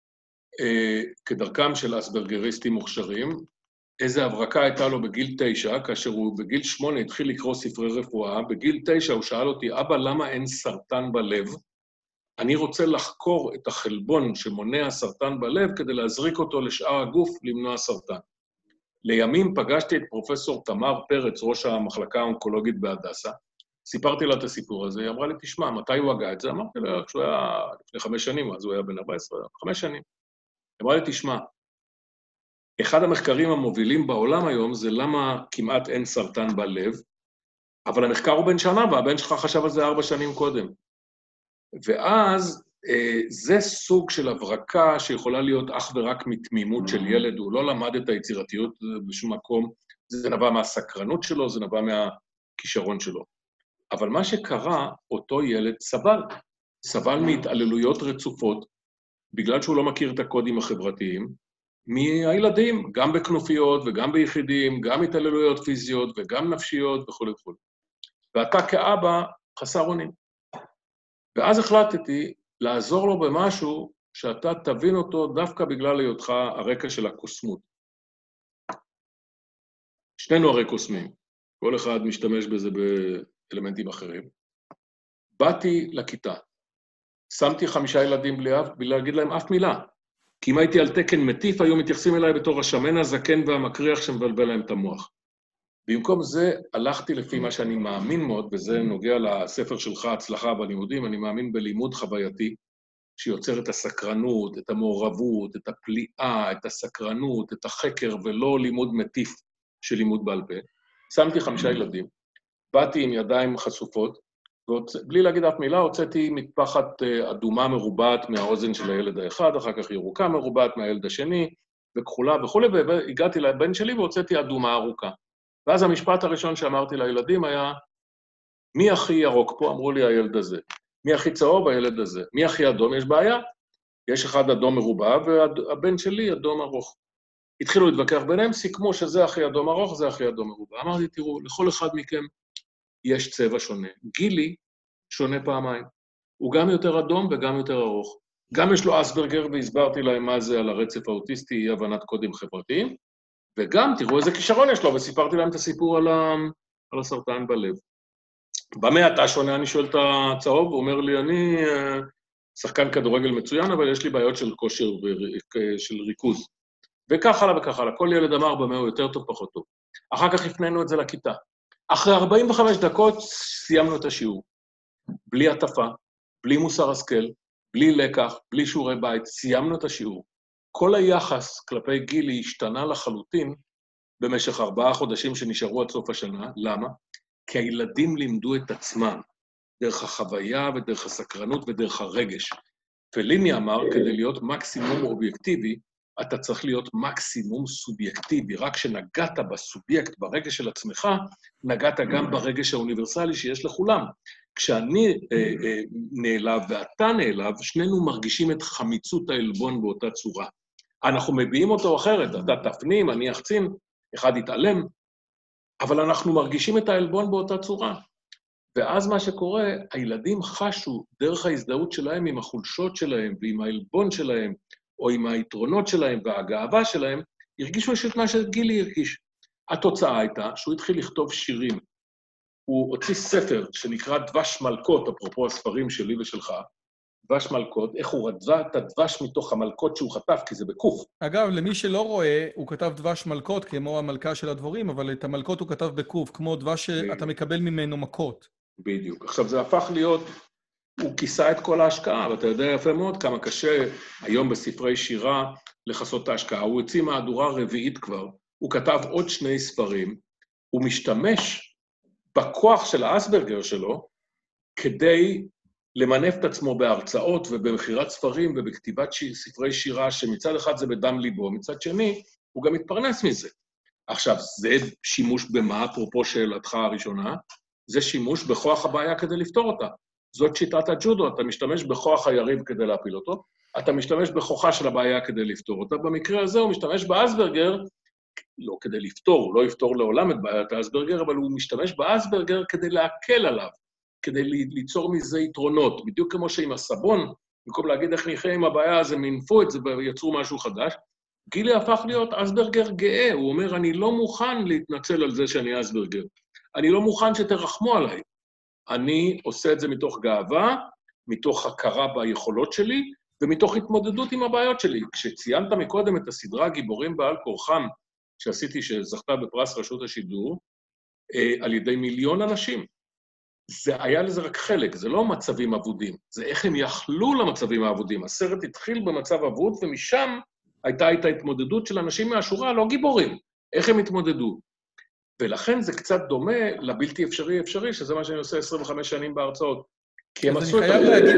כדרכם של אספרגריסטים מוכשרים, איזה הברקה הייתה לו בגיל 9, כאשר הוא בגיל 8 התחיל לקרוא ספרי רפואה, בגיל 9 הוא שאל אותי, אבא, למה אין סרטן בלב? אני רוצה לחקור את החלבון שמונע סרטן בלב, כדי להזריק אותו לשאר הגוף למנוע סרטן. לימים פגשתי את פרופסור תמר פרץ, ראש המחלקה האונקולוגית בהדסה, סיפרתי לה את הסיפור הזה, היא אמרה לי, תשמע, מתי הוא הגה את זה? אמרתי לה, כשהוא היה לפני 5 שנים, אז הוא היה בן 14, 5 שנים. היא אמרה לי, תשמע, אחד המחקרים המובילים בעולם היום זה למה כמעט אין סרטן בלב, אבל המחקר הוא בן שנה, והבן שלך חשב על זה 4 שנים קודם. ואז זה סוג של הברקה שיכולה להיות אך ורק מתמימות של ילד, הוא לא למד את היצירתיות בשום מקום, זה נבע מהסקרנות שלו, זה נבע מהכישרון שלו. אבל מה שקרה, אותו ילד סבל מהתעללויות רצופות, בגלל שהוא לא מכיר את הקודים החברתיים, מהילדים, גם בכנופיות וגם ביחידים, גם התעללויות פיזיות וגם נפשיות וכו' וכו'. ואתה כאבא חסר אונים. ואז החלטתי לעזור לו במשהו שאתה תבין אותו דווקא בגלל היותך הרקע של הקוסמות. שנינו הרי קוסמים, כל אחד משתמש בזה באלמנטים אחרים. באתי לכיתה, שמתי 5 ילדים בלי להגיד להם אף מילה, כי אם הייתי על תקן מטיף, היו מתייחסים אליי בתור השמן הזקן והמקריח שמבלבל להם את המוח. במקום זה, הלכתי לפי מה שאני מאמין מאוד, וזה נוגע לספר שלך, הצלחה בלימודים, אני מאמין בלימוד חווייתי, שיוצר את הסקרנות, את המעורבות, את הפליאה, את הסקרנות, את החקר, ולא לימוד מטיף של לימוד בעל פה. שמתי 5 ילדים, באתי עם ידיים חשופות, ובלי להגיד אף מילה, הוצאתי מטפחת אדומה מרובעת מהאוזן של הילד האחד, אחר כך ירוקה מרובעת מהילד השני, וכחולה וכו', והגעתי לבן שלי והוצאתי אדומה ארוכה. ואז המשפט הראשון שאמרתי לילדים היה, מי הכי ירוק פה? אמרו לי, הילד הזה. מי הכי צהוב? הילד הזה. מי הכי אדום? יש בעיה. יש אחד אדום מרובע, והבן שלי אדום ארוך. התחילו להתווכח ביניהם, סיכמו שזה הכי אדום ארוך, זה הכי אדום מרובע. אמרתי, תראו, לכל אחד מכם יש צבע שונה. גילי שונה פעמיים. הוא גם יותר אדום וגם יותר ארוך. גם יש לו אספרגר, והסברתי להם מה זה על הרצף האוטיסטי, אי הבנת קודים חברתיים, וגם תראו איזה כישרון יש לו, וסיפרתי להם את הסיפור על הסרטן בלב. במה אתה שונה? אני שואל את הצהוב, הוא אומר לי, אני שחקן כדורגל מצוין, אבל יש לי בעיות של כושר של ריכוז. וכך הלאה וכך הלאה. כל ילד אמר במה הוא יותר טוב, פחות טוב. אחר כך הפנינו את זה לכיתה. אחרי 45 דקות סיימנו את השיעור. בלי הטפה, בלי מוסר השכל, בלי לקח, בלי שיעורי בית, סיימנו את השיעור. כל היחס כלפי גילי השתנה לחלוטין במשך 4 חודשים שנשארו עד סוף השנה. למה? כי הילדים לימדו את עצמם, דרך החוויה ודרך הסקרנות ודרך הרגש. פליני אמר, כדי להיות מקסימום אובייקטיבי, אתה צריך להיות מקסימום סובייקטיבי. רק כשנגעת בסובייקט, ברגש של עצמך, נגעת גם ברגש האוניברסלי שיש לכולם. כשאני נעלב ואתה נעלב, שנינו מרגישים את חמיצות העלבון באותה צורה. אנחנו מביאים אותו אחרת, אתה תפנים, אני אחצין, אחד יתעלם, אבל אנחנו מרגישים את העלבון באותה צורה. ואז מה שקורה, הילדים חשו דרך ההזדהות שלהם עם החולשות שלהם ועם העלבון שלהם, או עם היתרונות שלהם והגאווה שלהם, הרגישו את מה שגילי הרגיש. התוצאה הייתה שהוא התחיל לכתוב שירים. הוא הוציא ספר שנקרא דבש מלכות, אפרופו הספרים שלי ושלך, דבש מלכות, איך הוא רדבה את הדבש מתוך המלכות שהוא חטף, כי זה בקוף. אגב, למי שלא רואה, הוא כתב דבש מלכות, כמו המלכה של הדבורים, אבל את המלכות הוא כתב בקוף, כמו דבש שאתה מקבל ממנו מכות. בדיוק. עכשיו זה הפך להיות, הוא כיסה את כל ההשקעה, ואתה יודע יפה מאוד כמה קשה היום בספרי שירה לחסות את ההשקעה. הוא הוציא מהדורה רביעית כבר, הוא כתב עוד 2 ספרים, הוא משתמש בכוח של האסברגר שלו, כדי למנף את עצמו בהרצאות ובמחירת ספרים ובכתיבת ספרי שירה, שמצד אחד זה בדם ליבו, מצד שני הוא גם מתפרנס מזה. עכשיו, זה שימוש במה, אפרופו שאלתך הראשונה, זה שימוש בכוח הבעיה כדי לפתור אותה. זאת שיטת הג'ודו, אתה משתמש בכוח היריב כדי להפיל אותו, אתה משתמש בכוחה של הבעיה כדי לפתור אותה, במקרה הזה הוא משתמש באסברגר, לא כדי לפתור, הוא לא יפתור לעולם את בעיית האסברגר, אבל הוא משתמש באסברגר כדי להקל עליו, כדי ליצור מזה יתרונות, בדיוק כמו שעם הסבון, במקום להגיד איך נחיה עם הבעיה, אז הם מינפו את זה ויצרו משהו חדש, גילי הפך להיות אסברגר גאה, הוא אומר, אני לא מוכן להתנצל על זה שאני אסברגר, אני לא מוכן שתרחמו עליי, אני עושה את זה מתוך גאווה, מתוך הכרה ביכולות שלי, ומתוך התמודדות עם הבעיות שלי. כשציינת מקודם את הסדרה גיבורים בעל כורחם, שעשיתי, שזכתה בפרס רשות השידור, על ידי 1,000,000 אנשים. זה היה לזה רק חלק, זה לא מצבים אבודים, זה איך הם יכלו למצבים האבודים. הסרט התחיל במצב אבוד, ומשם הייתה את ההתמודדות של אנשים מהשורה, לא גיבורים, איך הם התמודדו. ולכן זה קצת דומה לבלתי אפשרי אפשרי, שזה מה שאני עושה 25 שנים בהרצאות. כי הם עשו את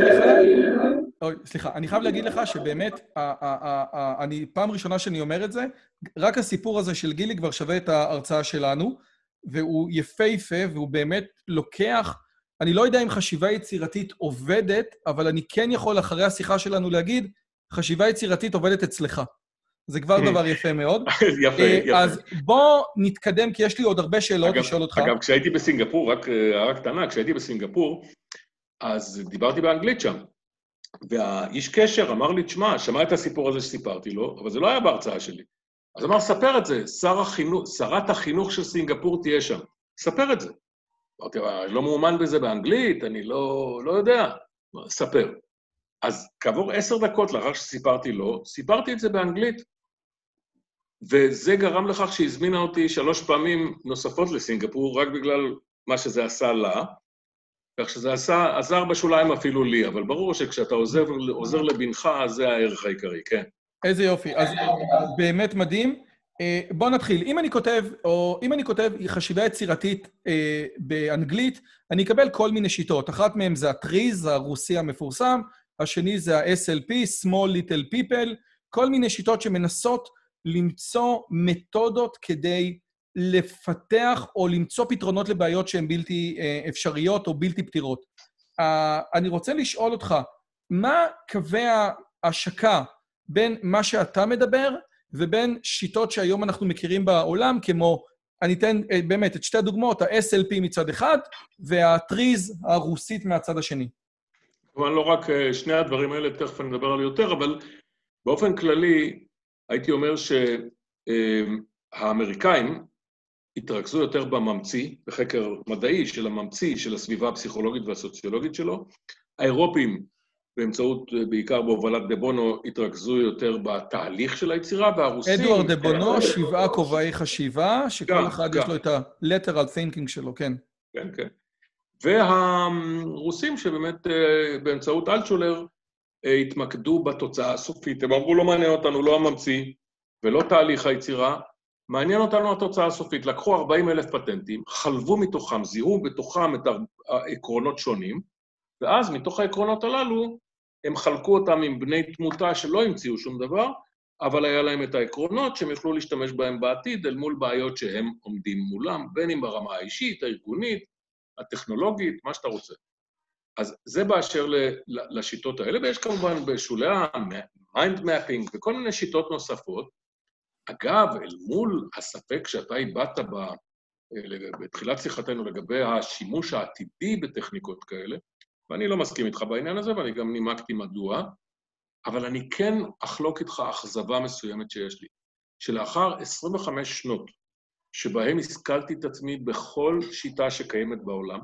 אני חייב להגיד לך שבאמת, אני פעם ראשונה שאני אומר את זה, רק הסיפור הזה של גילי כבר שווה את ההרצאה שלנו, והוא יפהפה, והוא באמת לוקח, אני לא יודע אם חשיבה יצירתית עובדת, אבל אני כן יכול אחרי השיחה שלנו להגיד, חשיבה יצירתית עובדת אצלך. זה כבר דבר יפה מאוד. יפה. אז בוא נתקדם, כי יש לי עוד הרבה שאלות לשאול אותך. אגב, כשהייתי בסינגפור, רק הערה קטנה, כשהייתי בסינגפור, אז דיברתי באנגלית שם, והאיש קשר אמר לי, תשמע, שמע את הסיפור הזה שסיפרתי לו, אבל זה לא היה בהרצאה שלי. אז אמר, ספר את זה, שרת החינוך של סינגפור תהיה שם. ספר את זה. אמרתי, אני לא מאומן בזה באנגלית, אני לא יודע. ספר. אז כעבור 10 דקות לאחר שסיפרתי לו, סיפרתי את זה באנגלית, וזה גרם לכך שהזמינה אותי 3 פעמים נוספות לסינגפור, רק בגלל מה שזה עשה לה, כך שזה עזר בשוליים אפילו לי, אבל ברור שכשאתה עוזר לבנך, זה הערך העיקרי, כן. איזה יופי. אז באמת מדהים. בוא נתחיל. אם אני כותב חשיבה יצירתית באנגלית, אני אקבל כל מיני שיטות. אחת מהן זה הטריז, הרוסי המפורסם, השני זה ה-SLP, Small Little People, כל מיני שיטות שמנסות למצוא מתודות כדי לפתח או למצוא פתרונות לבעיות שהן בלתי אפשריות או בלתי פתירות. אני רוצה לשאול אותך, מה קווי ההשקה בין מה שאתה מדבר ובין שיטות שהיום אנחנו מכירים בעולם, כמו, אני אתן באמת את 2 דוגמאות, ה-SLP מצד אחד והטריז הרוסית מהצד השני. כמובן לא רק שני הדברים האלה, תכף אני מדבר על יותר, אבל באופן כללי הייתי אומר שהאמריקאים התרכזו יותר בממציא, בחקר מדעי של הממציא, של הסביבה הפסיכולוגית והסוציולוגית שלו. האירופים, באמצעות, בעיקר בהובלת דה בונו, התרכזו יותר בתהליך של היצירה, והרוסים... אדוארד דה בונו, 7 כובעי חשיבה, שכל אחד יש לו את ה-lateral thinking שלו, כן. כן, כן. והרוסים שבאמת באמצעות אלטשולר התמקדו בתוצאה הסופית. הם אמרו, לא מעניין אותנו, לא הממציא ולא תהליך היצירה, מעניין אותנו התוצאה הסופית. לקחו 40,000 פטנטים, חלבו מתוכם, זיהו בתוכם את העקרונות שונים, ואז מתוך העקרונות הללו הם חלקו אותם עם בני תמותה שלא המציאו שום דבר, אבל היה להם את העקרונות שהם יכלו להשתמש בהם בעתיד אל מול בעיות שהם עומדים מולם, בין אם ברמה האישית, הארגונית, הטכנולוגית, מה שאתה רוצה. אז זה באשר לשיטות האלה, ויש כמובן בשוליה מיינד מאפינג וכל מיני שיטות נוספות. אגב, אל מול הספק שאתה איבדת בתחילת שיחתנו לגבי השימוש העתידי בטכניקות כאלה, ואני לא מסכים איתך בעניין הזה, ואני גם נימקתי מדוע, אבל אני כן אחלוק איתך אכזבה מסוימת שיש לי, שלאחר 25 שנות, שבהם השכלתי את עצמי בכל שיטה שקיימת בעולם,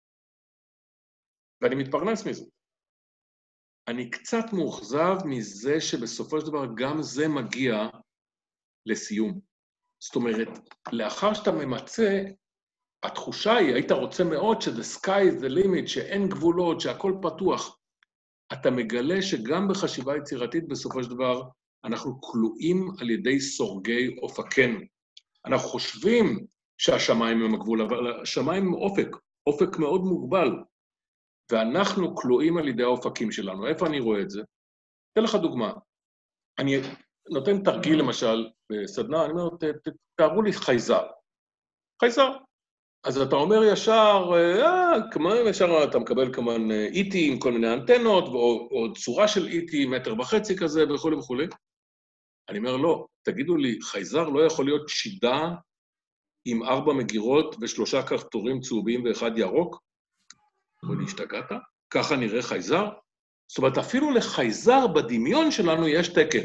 ואני מתפרנס מזה. אני קצת מאוכזב מזה שבסופו של דבר גם זה מגיע לסיום. זאת אומרת, לאחר שאתה ממצא, התחושה היא, היית רוצה מאוד ש-the sky is the limit, שאין גבולות, שהכל פתוח. אתה מגלה שגם בחשיבה יצירתית בסופו של דבר, אנחנו כלואים על ידי סורגי אופקנו. אנחנו חושבים שהשמיים הם הגבול, אבל השמיים הם אופק מאוד מוגבל. ואנחנו כלואים על ידי האופקים שלנו. איפה אני רואה את זה? אתן לך דוגמה. אני נותן תרגיל למשל בסדנה, אני אומר, תארו לי חייזר. חייזר. אז אתה אומר ישר, כמובן ישר אתה מקבל כמובן איטי עם כל מיני אנטנות, או צורה של איטי, 1.5 מטר כזה, וכו' וכו'. אני אומר, לא, תגידו לי, חייזר לא יכול להיות שידה עם 4 מגירות ו3 כפתורים צהובים ו1 ירוק? בואי השתגעת? ככה נראה חייזר? זאת אומרת, אפילו לחייזר בדמיון שלנו יש תקן.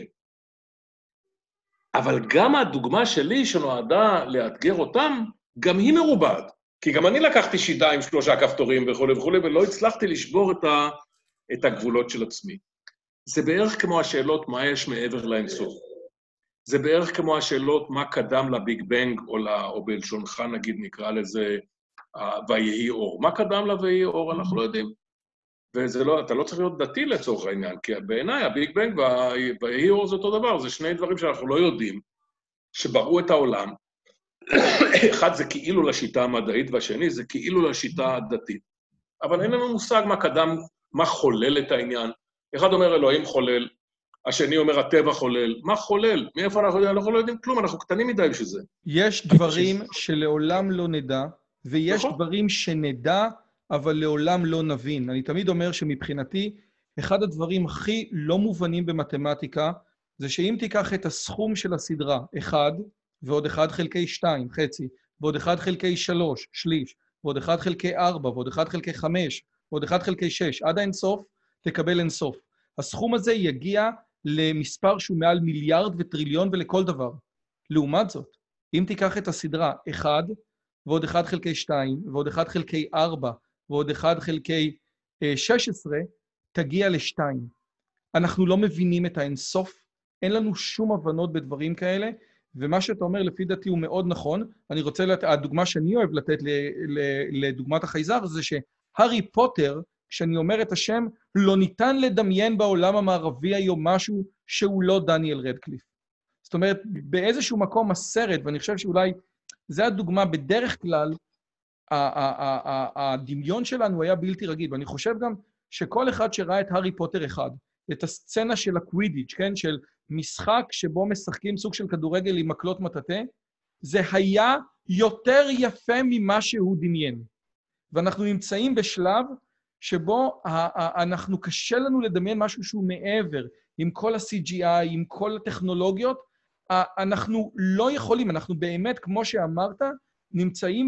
אבל גם הדוגמה שלי שנועדה לאתגר אותם, גם היא מרובעת. כי גם אני לקחתי שידה עם 3 כפתורים וכו' וכו', ולא הצלחתי לשבור את הגבולות של עצמי. זה בערך כמו השאלות מה יש מעבר לאינסוף. זה בערך כמו השאלות מה קדם לביג בנג, או בלשונך נגיד נקרא לזה, ויהי אור. מה קדם לה ויהי אור? אנחנו לא יודעים. אתה לא צריך להיות דתי לצורך העניין, כי בעיניי הביג בנג ויהי אור זה אותו דבר, זה שני דברים שאנחנו לא יודעים, שבראו את העולם. אחד זה כאילו לשיטה המדעית, והשני זה כאילו לשיטה הדתית. אבל אין לנו מושג מה קדם, מה חולל את העניין. אחד אומר אלוהים חולל, השני אומר הטבע חולל. מה חולל? מאיפה אנחנו יודעים? אנחנו לא יודעים כלום, אנחנו קטנים מדי בשביל זה. יש דברים שלעולם לא נדע, ויש דברים שנדע, אבל לעולם לא נבין. אני תמיד אומר שמבחינתי, אחד הדברים הכי לא מובנים במתמטיקה, זה שאם תיקח את הסכום של הסדרה, 1, ועוד 1 חלקי 2, חצי, ועוד 1 חלקי 3, שליש, ועוד 1 חלקי 4, ועוד 1 חלקי 5, ועוד 1 חלקי 6, עד האינסוף, תקבל אינסוף. הסכום הזה יגיע למספר שהוא מעל מיליארד וטריליון ולכל דבר. לעומת זאת, אם תיקח את הסדרה 1, ועוד 1 חלקי 2, ועוד 1 חלקי 4, ועוד 1 חלקי 16, תגיע ל2. אנחנו לא מבינים את האינסוף, אין לנו שום הבנות בדברים כאלה, ומה שאתה אומר לפי דעתי הוא מאוד נכון. אני רוצה, הדוגמה שאני אוהב לתת לדוגמת החייזר, זה שהרי פוטר, כשאני אומר את השם, לא ניתן לדמיין בעולם המערבי היום משהו שהוא לא דניאל רדקליף. זאת אומרת, באיזשהו מקום הסרט, ואני חושב שאולי זה הדוגמה, בדרך כלל, הדמיון שלנו היה בלתי רגיל, ואני חושב גם שכל אחד שראה את הארי פוטר 1, את הסצנה של הקווידיץ', כן, של משחק שבו משחקים סוג של כדורגל עם מקלות מטאטא, זה היה יותר יפה ממה שהוא דמיין. ואנחנו נמצאים בשלב שבו אנחנו קשה לנו לדמיין משהו שהוא מעבר, עם כל ה-CGI, עם כל הטכנולוגיות, אנחנו לא יכולים, אנחנו באמת, כמו שאמרת, נמצאים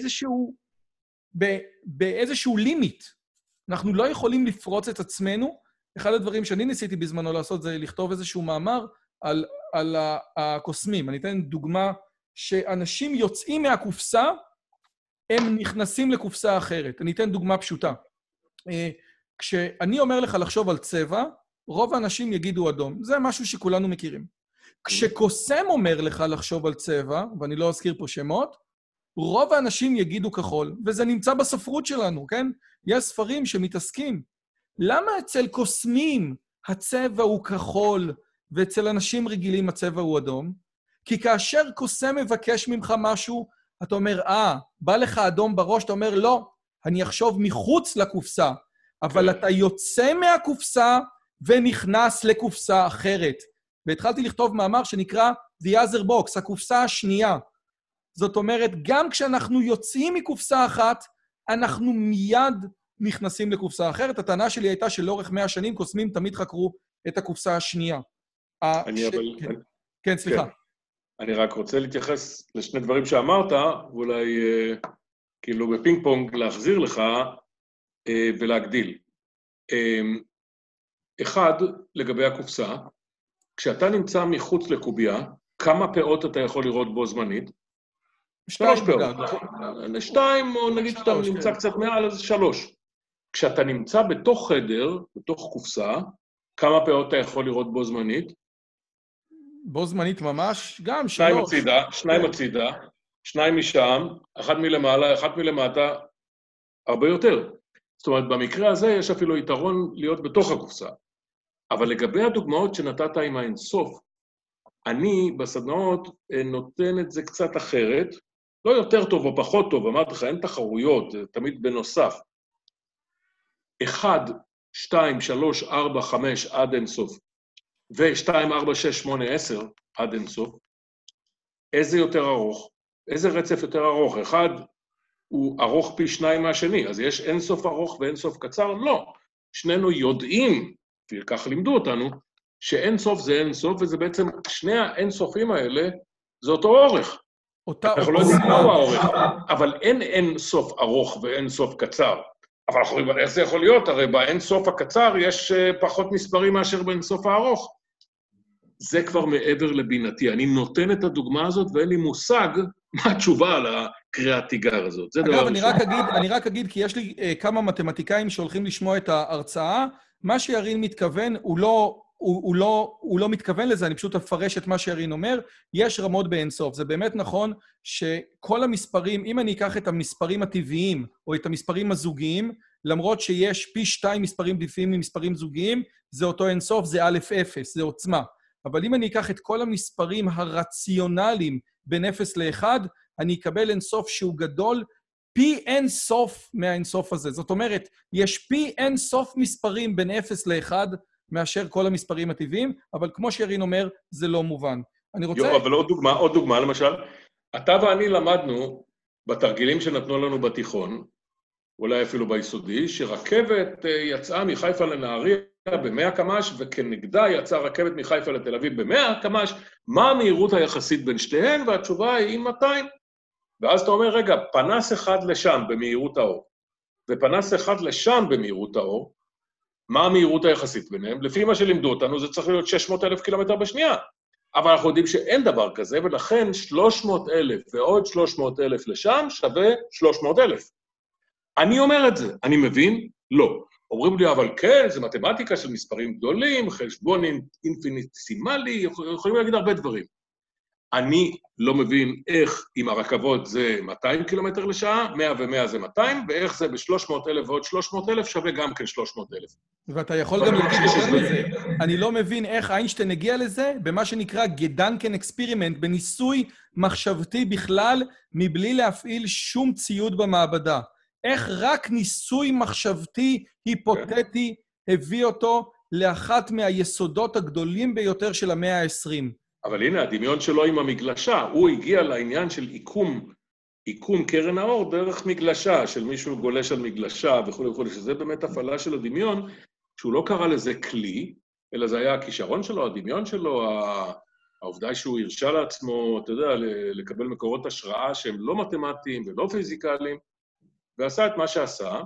באיזשהו לימיט. אנחנו לא יכולים לפרוץ את עצמנו. אחד הדברים שאני ניסיתי בזמנו לעשות זה לכתוב איזשהו מאמר על הקוסמים. אני אתן דוגמה שאנשים יוצאים מהקופסה, הם נכנסים לקופסה אחרת. אני אתן דוגמה פשוטה. כשאני אומר לך לחשוב על צבע, רוב האנשים יגידו אדום. זה משהו שכולנו מכירים. כשקוסם אומר לך לחשוב על צבע, ואני לא אזכיר פה שמות, רוב האנשים יגידו כחול, וזה נמצא בספרות שלנו, כן? יש ספרים שמתעסקים. למה אצל קוסמים הצבע הוא כחול, ואצל אנשים רגילים הצבע הוא אדום? כי כאשר קוסם מבקש ממך משהו, אתה אומר, בא לך אדום בראש, אתה אומר, לא, אני אחשוב מחוץ לקופסה, אבל אתה יוצא מהקופסה, ונכנס לקופסה אחרת. והתחלתי לכתוב מאמר שנקרא The Other Box, הקופסה השנייה. זאת אומרת, גם כשאנחנו יוצאים מקופסה אחת, אנחנו מיד נכנסים לקופסה אחרת. הטענה שלי הייתה שלאורך 100 שנים קוסמים תמיד חקרו את הקופסה השנייה. כן, סליחה. אני רק רוצה להתייחס לשני דברים שאמרת, ואולי כאילו בפינג פונג להחזיר לך ולהגדיל. אחד, לגבי הקופסה, כשאתה נמצא מחוץ לקוביה, כמה פאות אתה יכול לראות בו זמנית? 3 פאות. 2, או נגיד שאתה נמצא קצת מעל, אז 3. כשאתה נמצא בתוך חדר, בתוך קופסה, כמה פאות אתה יכול לראות בו זמנית? בו זמנית ממש? גם 3. 2 הצידה, 2 משם, 1 מלמעלה, 1 מלמטה, הרבה יותר. זאת אומרת, במקרה הזה יש אפילו יתרון להיות בתוך הקופסה. אבל לגבי הדוגמאות שנתת עם האינסוף, אני בסדנאות נותן את זה קצת אחרת, לא יותר טוב או פחות טוב, אמרתי לך, אין תחרויות, זה תמיד בנוסף. 1, 2, 3, 4, 5 עד אינסוף, ו-2, 4, 6, 8, 10 עד אינסוף, איזה יותר ארוך? איזה רצף יותר ארוך? אחד הוא ארוך פי 2 מהשני, אז יש אינסוף ארוך ואינסוף קצר? לא. שנינו יודעים, וכך לימדו אותנו, שאינסוף זה אינסוף, וזה בעצם שני האינסופים האלה, זה אותו אורך. אנחנו לא יודעים מהו האורך, אבל אין אינסוף ארוך ואינסוף קצר. אבל אנחנו רואים, איך זה יכול להיות? הרי באינסוף הקצר יש פחות מספרים מאשר באינסוף הארוך. זה כבר מעבר לבינתי. אני נותן את הדוגמה הזאת, ואין לי מושג מה התשובה על הקריאת תיגר הזאת. זה דבר ראשון. אגב, אני רק אגיד, כי יש לי כמה מתמטיקאים שהולכים לשמוע את ההרצאה, מה שירין מתכוון, הוא לא מתכוון לזה, אני פשוט אפרש את מה שירין אומר, יש רמות באינסוף. זה באמת נכון שכל המספרים, אם אני אקח את המספרים הטבעיים, או את המספרים הזוגיים, למרות שיש פי 2 מספרים טבעיים ממספרים זוגיים, זה אותו אינסוף, זה א' 0, זה עוצמה. אבל אם אני אקח את כל המספרים הרציונליים בין 0 ל-1, אני אקבל אינסוף שהוא גדול, פי אין סוף מהאינסוף הזה. זאת אומרת, יש פי אין סוף מספרים בין 0 ל-1 מאשר כל המספרים הטבעיים, אבל כמו שירין אומר, זה לא מובן. אני רוצה... אבל עוד דוגמה, למשל, אתה ואני למדנו בתרגילים שנתנו לנו בתיכון, אולי אפילו ביסודי, שרכבת יצאה מחיפה לנהריה ב-100 קמ"ש, וכנגדה יצאה רכבת מחיפה לתל אביב ב-100 קמ"ש, מה המהירות היחסית בין שתיהן? והתשובה היא 200. ואז אתה אומר, רגע, פנס אחד לשם במהירות האור, ופנס אחד לשם במהירות האור, מה המהירות היחסית ביניהם? לפי מה שלימדו אותנו, זה צריך להיות 600,000 קילומטר בשנייה. אבל אנחנו יודעים שאין דבר כזה, ולכן 300,000 ועוד 300,000 לשם שווה 300,000. אני אומר את זה, אני מבין? לא. אומרים לי, אבל כן, זה מתמטיקה של מספרים גדולים, חשבון אינפיניטסימלי, יכולים להגיד הרבה דברים. אני לא מבין איך עם הרכבות זה 200 קילומטר לשעה, 100 ו-100 זה 200, ואיך זה ב-300,000 ועוד 300,000 שווה גם כן 300,000. ואתה יכול גם להתקשר לזה. אני לא מבין איך איינשטיין הגיע לזה, במה שנקרא גדנקן אקספרימנט, בניסוי מחשבתי בכלל, מבלי להפעיל שום ציוד במעבדה. איך רק ניסוי מחשבתי היפותטי הביא אותו לאחת מהיסודות הגדולים ביותר של המאה ה-20. אבל הנה, הדמיון שלו עם המגלשה, הוא הגיע לעניין של עיקום קרן האור דרך מגלשה, של מישהו גולש על מגלשה וכו' וכו', שזה באמת הפעלה של הדמיון, שהוא לא קרא לזה כלי, אלא זה היה הכישרון שלו, הדמיון שלו, העובדה שהוא הרשה לעצמו, אתה יודע, לקבל מקורות השראה שהם לא מתמטיים ולא פיזיקליים, ועשה את מה שעשה,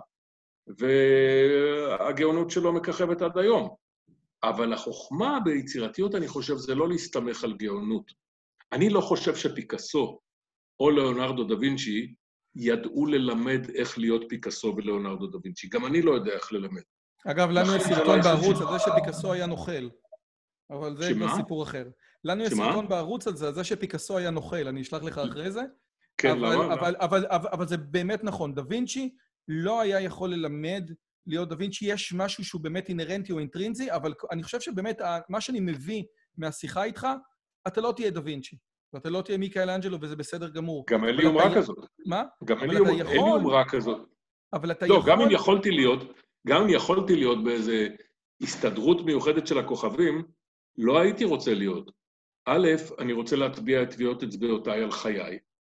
והגאונות שלו מככבת עד היום. אבל החוכמה ביצירתיות, אני חושב, זה לא להסתמך על גאונות. אני לא חושב שפיקאסו או ליאונרדו דה וינצ'י ידעו ללמד איך להיות פיקאסו וליאונרדו דה וינצ'י. גם אני לא יודע איך ללמד. אגב, לנו יש סרטון בערוץ על זה שפיקאסו היה נוכל. אבל זה כבר סיפור אחר. לנו יש סרטון בערוץ על זה שפיקאסו היה נוכל. אני אשלח לך אחרי זה. כן, למה? אבל זה באמת נכון. דה וינצ'י לא היה יכול ללמד להיות דה וינצ'י. יש משהו שהוא באמת אינרנטי או אינטרינזי, אבל אני חושב שבאמת מה שאני מביא מהשיחה איתך, אתה לא תהיה דה וינצ'י. ואתה לא תהיה מיכאלאנג'לו, וזה בסדר גמור. גם אין לי יומרה כזאת. מה? גם אין לי יומרה כזאת. אבל אתה לא, יכול... גם אם יכולתי להיות באיזה הסתדרות מיוחדת של הכוכבים, לא הייתי רוצה להיות. א', אני רוצה להטביע את טביעות אצבעותיי על חיי.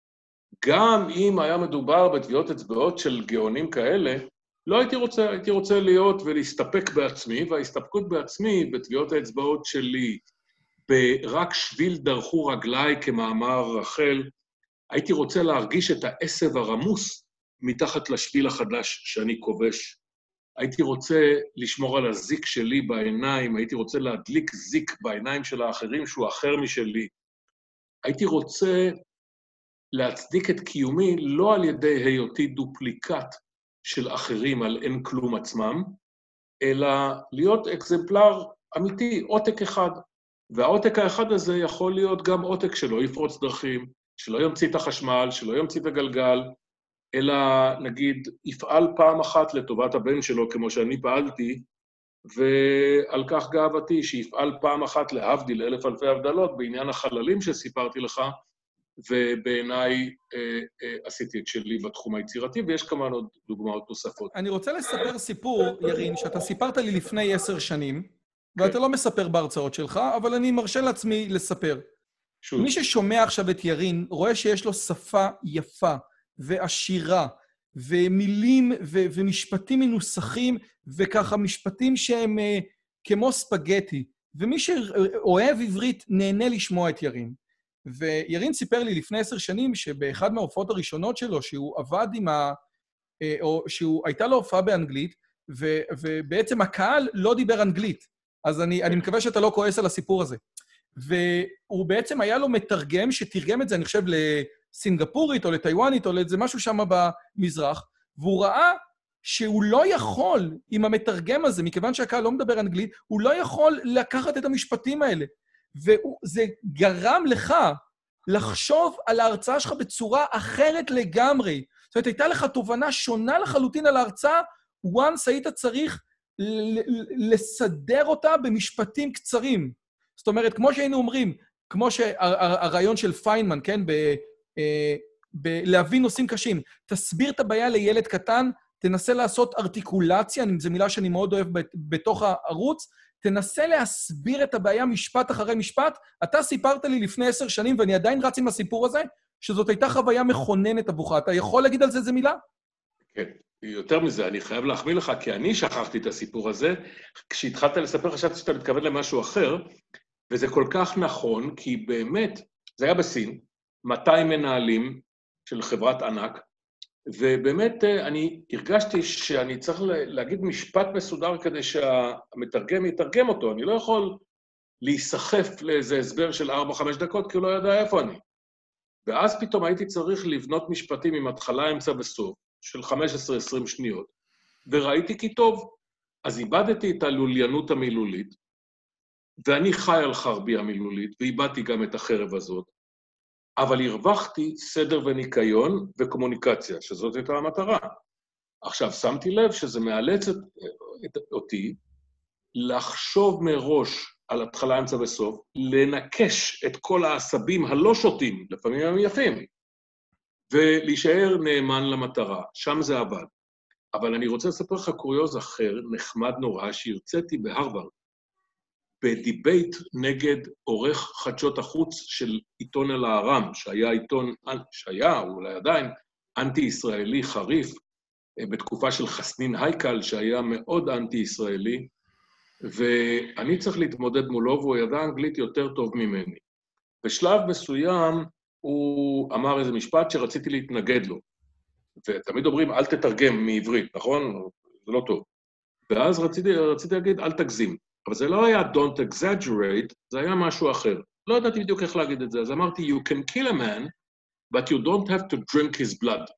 גם אם היה מדובר בטביעות אצבעות של גאונים כאלה, לא הייתי רוצה, הייתי רוצה להיות ולהסתפק בעצמי, וההסתפקות בעצמי בטביעות האצבעות שלי, ברק שביל דרכו רגליי כמאמר רחל, הייתי רוצה להרגיש את העשב הרמוס מתחת לשביל החדש שאני כובש. הייתי רוצה לשמור על הזיק שלי בעיניים, הייתי רוצה להדליק זיק בעיניים של האחרים שהוא אחר משלי. הייתי רוצה להצדיק את קיומי לא על ידי היותי דופליקט של אחרים על אין כלום עצמם, אלא להיות אקזמפלר אמיתי, עותק אחד. והעותק האחד הזה יכול להיות גם עותק שלא יפרוץ דרכים, שלא ימציא את החשמל, שלא ימציא את הגלגל, אלא נגיד יפעל פעם אחת לטובת הבן שלו כמו שאני פעלתי, ועל כך גאוותי שיפעל פעם אחת להבדיל אלף אלפי הבדלות בעניין החללים שסיפרתי לך, ובעיניי עשיתי את שלי בתחום היצירתי, ויש כמובן עוד דוגמאות נוספות. אני רוצה לספר סיפור, ירין, שאתה סיפרת לי לפני 10 שנים, ואתה לא מספר בהרצאות שלך, אבל אני מרשה לעצמי לספר. מי ששומע עכשיו את ירין, רואה שיש לו שפה יפה ועשירה, ומילים ומשפטים מנוסחים, וככה משפטים שהם כמו ספגטי, ומי שאוהב עברית נהנה לשמוע את ירין. וירין סיפר לי לפני 10 שנים שבאחד מההופעות הראשונות שלו, שהוא עבד עם או שהוא הייתה לו הופעה באנגלית, ובעצם הקהל לא דיבר אנגלית. אז אני מקווה שאתה לא כועס על הסיפור הזה. והוא בעצם היה לו מתרגם שתרגם את זה, אני חושב, לסינגפורית או לטיוואנית או לאיזה משהו שם במזרח, והוא ראה שהוא לא יכול, עם המתרגם הזה, מכיוון שהקהל לא מדבר אנגלית, הוא לא יכול לקחת את המשפטים האלה. וזה גרם לך לחשוב על ההרצאה שלך בצורה אחרת לגמרי. זאת אומרת, הייתה לך תובנה שונה לחלוטין על ההרצאה, once היית צריך לסדר אותה במשפטים קצרים. זאת אומרת, כמו שהיינו אומרים, כמו שהרעיון של פיינמן, כן, להבין נושאים קשים, תסביר את הבעיה לילד קטן, תנסה לעשות ארטיקולציה, זו מילה שאני מאוד אוהב בתוך הערוץ, תנסה להסביר את הבעיה משפט אחרי משפט. אתה סיפרת לי לפני 10 שנים, ואני עדיין רץ עם הסיפור הזה, שזאת הייתה חוויה מכוננת עבורך. אתה יכול להגיד על זה איזה מילה? כן, יותר מזה, אני חייב להחמיא לך, כי אני שכחתי את הסיפור הזה. כשהתחלת לספר, חשבתי שאתה מתכוון למשהו אחר, וזה כל כך נכון, כי באמת, זה היה בסין, 200 מנהלים של חברת ענק, ובאמת אני הרגשתי שאני צריך להגיד משפט מסודר כדי שהמתרגם יתרגם אותו. אני לא יכול להיסחף לאיזה הסבר של 4-5 דקות, כי הוא לא יודע איפה אני. ואז פתאום הייתי צריך לבנות משפטים עם התחלה, אמצע וסוף, של 15-20 שניות, וראיתי כי טוב. אז איבדתי את הלוליינות המילולית, ואני חי על חרבי המילולית, ואיבדתי גם את החרב הזאת, אבל הרווחתי סדר וניקיון וקומוניקציה, שזאת הייתה המטרה. עכשיו, שמתי לב שזה מאלץ אותי לחשוב מראש על התחלה, אמצע וסוף, לנקש את כל העשבים הלא שוטים, לפעמים הם יפים, ולהישאר נאמן למטרה. שם זה עבד. אבל אני רוצה לספר לך קוריוז אחר, נחמד נורא, שהרציתי בהרווארד, בדיבייט נגד עורך חדשות החוץ של עיתון אל-אהרם, שהיה עיתון, שהיה, אולי עדיין, אנטי-ישראלי חריף, בתקופה של חסנין הייקל, שהיה מאוד אנטי-ישראלי, ואני צריך להתמודד מולו, והוא ידע אנגלית יותר טוב ממני. בשלב מסוים הוא אמר איזה משפט שרציתי להתנגד לו, ותמיד אומרים, אל תתרגם מעברית, נכון? זה לא טוב. ואז רציתי להגיד, אל תגזים. אבל זה לא היה don't exaggerate, זה היה משהו אחר. לא ידעתי בדיוק איך להגיד את זה, אז אמרתי, you can kill a man, but you don't have to drink his blood.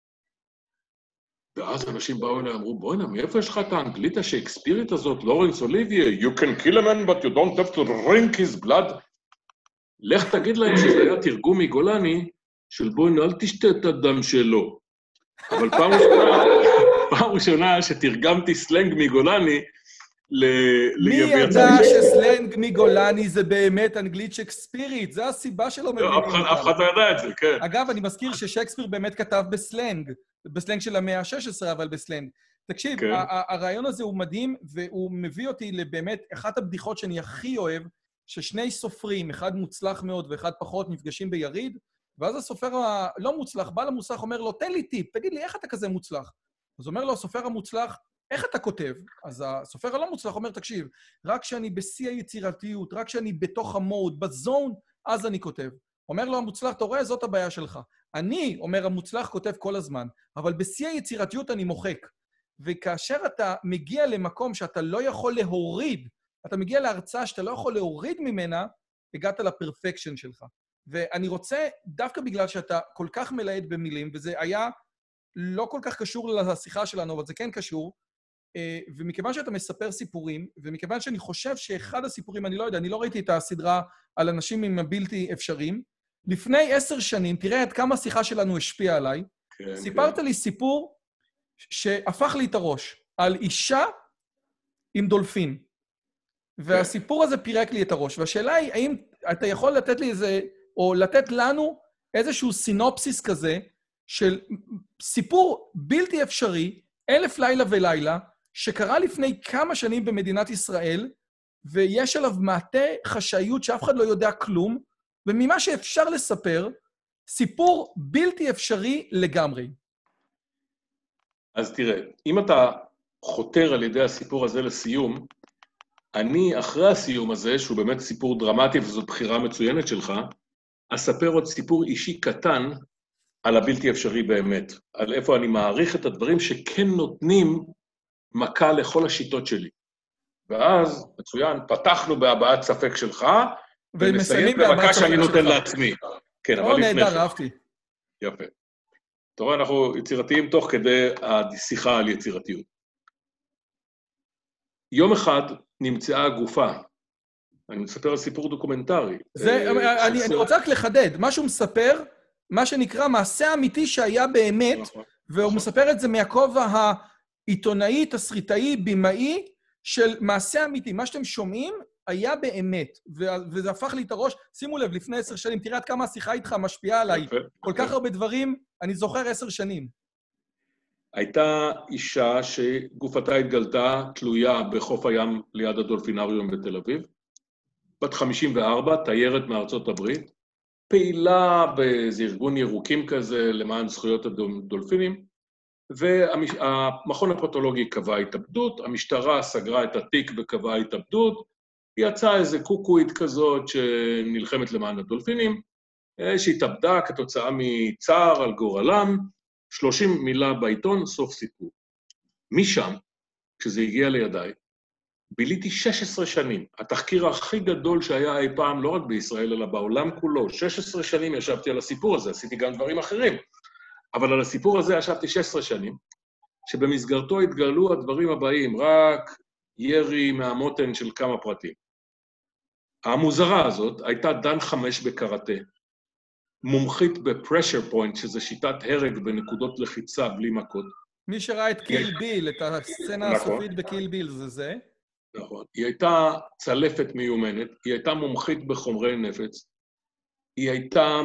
ואז אנשים באו אליי, אמרו, בוא'נה, מאיפה יש לך את האנגלית השייקספירית הזאת, לורנס אוליביה, you can kill a man, but you don't have to drink his blood. לך תגיד להם שזה היה תרגום מגולני, של בוא'נה, אל תשתה את הדם שלו. אבל פעם ראשונה שתרגמתי סלנג מגולני, מי ידע שסלנג מגולני זה באמת אנגלית שייקספירית? זה הסיבה שלא מבינים אותם. אף אחד לא ידע את זה, כן. אגב, אני מזכיר ששייקספיר באמת כתב בסלנג של המאה ה-16, אבל בסלנג. תקשיב, הרעיון הזה הוא מדהים, והוא מביא אותי לבאמת, אחת הבדיחות שאני הכי אוהב, ששני סופרים, אחד מוצלח מאוד ואחד פחות, נפגשים ביריד, ואז הסופר הלא מוצלח בא למוצלח, אומר לו, תן לי טיפ, תגיד לי, איך אתה כזה מוצלח? אז אומר לו, הסופר המוצלח, איך אתה כותב? אז הסופר הלא מוצלח אומר, תקשיב, רק כשאני בשיא היצירתיות, רק כשאני בתוך המוד, בזון, אז אני כותב. אומר לו המוצלח, אתה רואה, זאת הבעיה שלך. אני, אומר המוצלח, כותב כל הזמן, אבל בשיא היצירתיות אני מוחק. וכאשר אתה מגיע למקום שאתה לא יכול להוריד, אתה מגיע להרצאה שאתה לא יכול להוריד ממנה, הגעת לפרפקשן שלך. ואני רוצה, דווקא בגלל שאתה כל כך מלהד במילים, וזה היה לא כל כך קשור לשיחה שלנו, אבל זה כן קשור, ומכיוון שאתה מספר סיפורים, ומכיוון שאני חושב שאחד הסיפורים, אני לא יודע, אני לא ראיתי את הסדרה על אנשים עם הבלתי אפשריים, לפני 10 שנים, תראה עד כמה השיחה שלנו השפיעה עליי, כן, סיפרת לי סיפור שהפך לי את הראש, על אישה עם דולפין. והסיפור הזה פירק לי את הראש. והשאלה היא, האם אתה יכול לתת לי איזה, או לתת לנו איזשהו סינופסיס כזה, של סיפור בלתי אפשרי, 1000 לילה ולילה, שקרה לפני כמה שנים במדינת ישראל, ויש עליו מעטה חשאיות שאף אחד לא יודע כלום, וממה שאפשר לספר, סיפור בלתי אפשרי לגמרי. אז תראה, אם אתה חותר על ידי הסיפור הזה לסיום, אני אחרי הסיום הזה, שהוא באמת סיפור דרמטי וזאת בחירה מצוינת שלך, אספר עוד סיפור אישי קטן על הבלתי אפשרי באמת, על איפה אני מעריך את הדברים שכן נותנים מכה לכל השיטות שלי. ואז, מצוין, פתחנו בהבעת ספק שלך, ומסיים במכה שאני נותן לעצמי. כן, אבל לפני נהדר, אהבתי. יפה. אתה רואה, אנחנו יצירתיים תוך כדי השיחה על יצירתיות. יום אחד נמצאה הגופה. אני מספר על סיפור דוקומנטרי. אני רוצה רק לחדד, מה שהוא מספר, מה שנקרא מעשה אמיתי שהיה באמת, והוא מספר את זה מהכובע העיתונאי, תסריטאי, בימאי, של מעשה אמיתי. מה שאתם שומעים היה באמת, וזה הפך לי את הראש. שימו לב, לפני 10 שנים, תראה עד כמה השיחה איתך משפיעה עליי. כל כך הרבה דברים, אני זוכר 10 שנים. הייתה אישה שגופתה התגלתה תלויה בחוף הים ליד הדולפינריום בתל אביב, בת 54, תיירת מארצות הברית, פעילה באיזה ארגון ירוקים כזה למען זכויות הדולפינים, והמכון הפתולוגי קבע התאבדות, המשטרה סגרה את התיק וקבעה התאבדות, יצאה איזה קוקואית כזאת שנלחמת למען הדולפינים, שהתאבדה כתוצאה מצער על גורלם, 30 מילה בעיתון, סוף סיפור. משם, כשזה הגיע לידיי, ביליתי 16 שנים, התחקיר הכי גדול שהיה אי פעם, לא רק בישראל, אלא בעולם כולו. 16 שנים ישבתי על הסיפור הזה, עשיתי גם דברים אחרים, אבל על הסיפור הזה ישבתי 16 שנים, שבמסגרתו התגלו הדברים הבאים, רק ירי מהמותן של כמה פרטים. המוזרה הזאת הייתה דן 5 בקראטה, מומחית בפרשר פוינט, שזה שיטת הרג בנקודות לחיצה בלי מכות. מי שראה את קיל ביל, את הסצנה הסופית בקיל ביל, זה? נכון. היא הייתה צלפת מיומנת, היא הייתה מומחית בחומרי נפץ, היא הייתה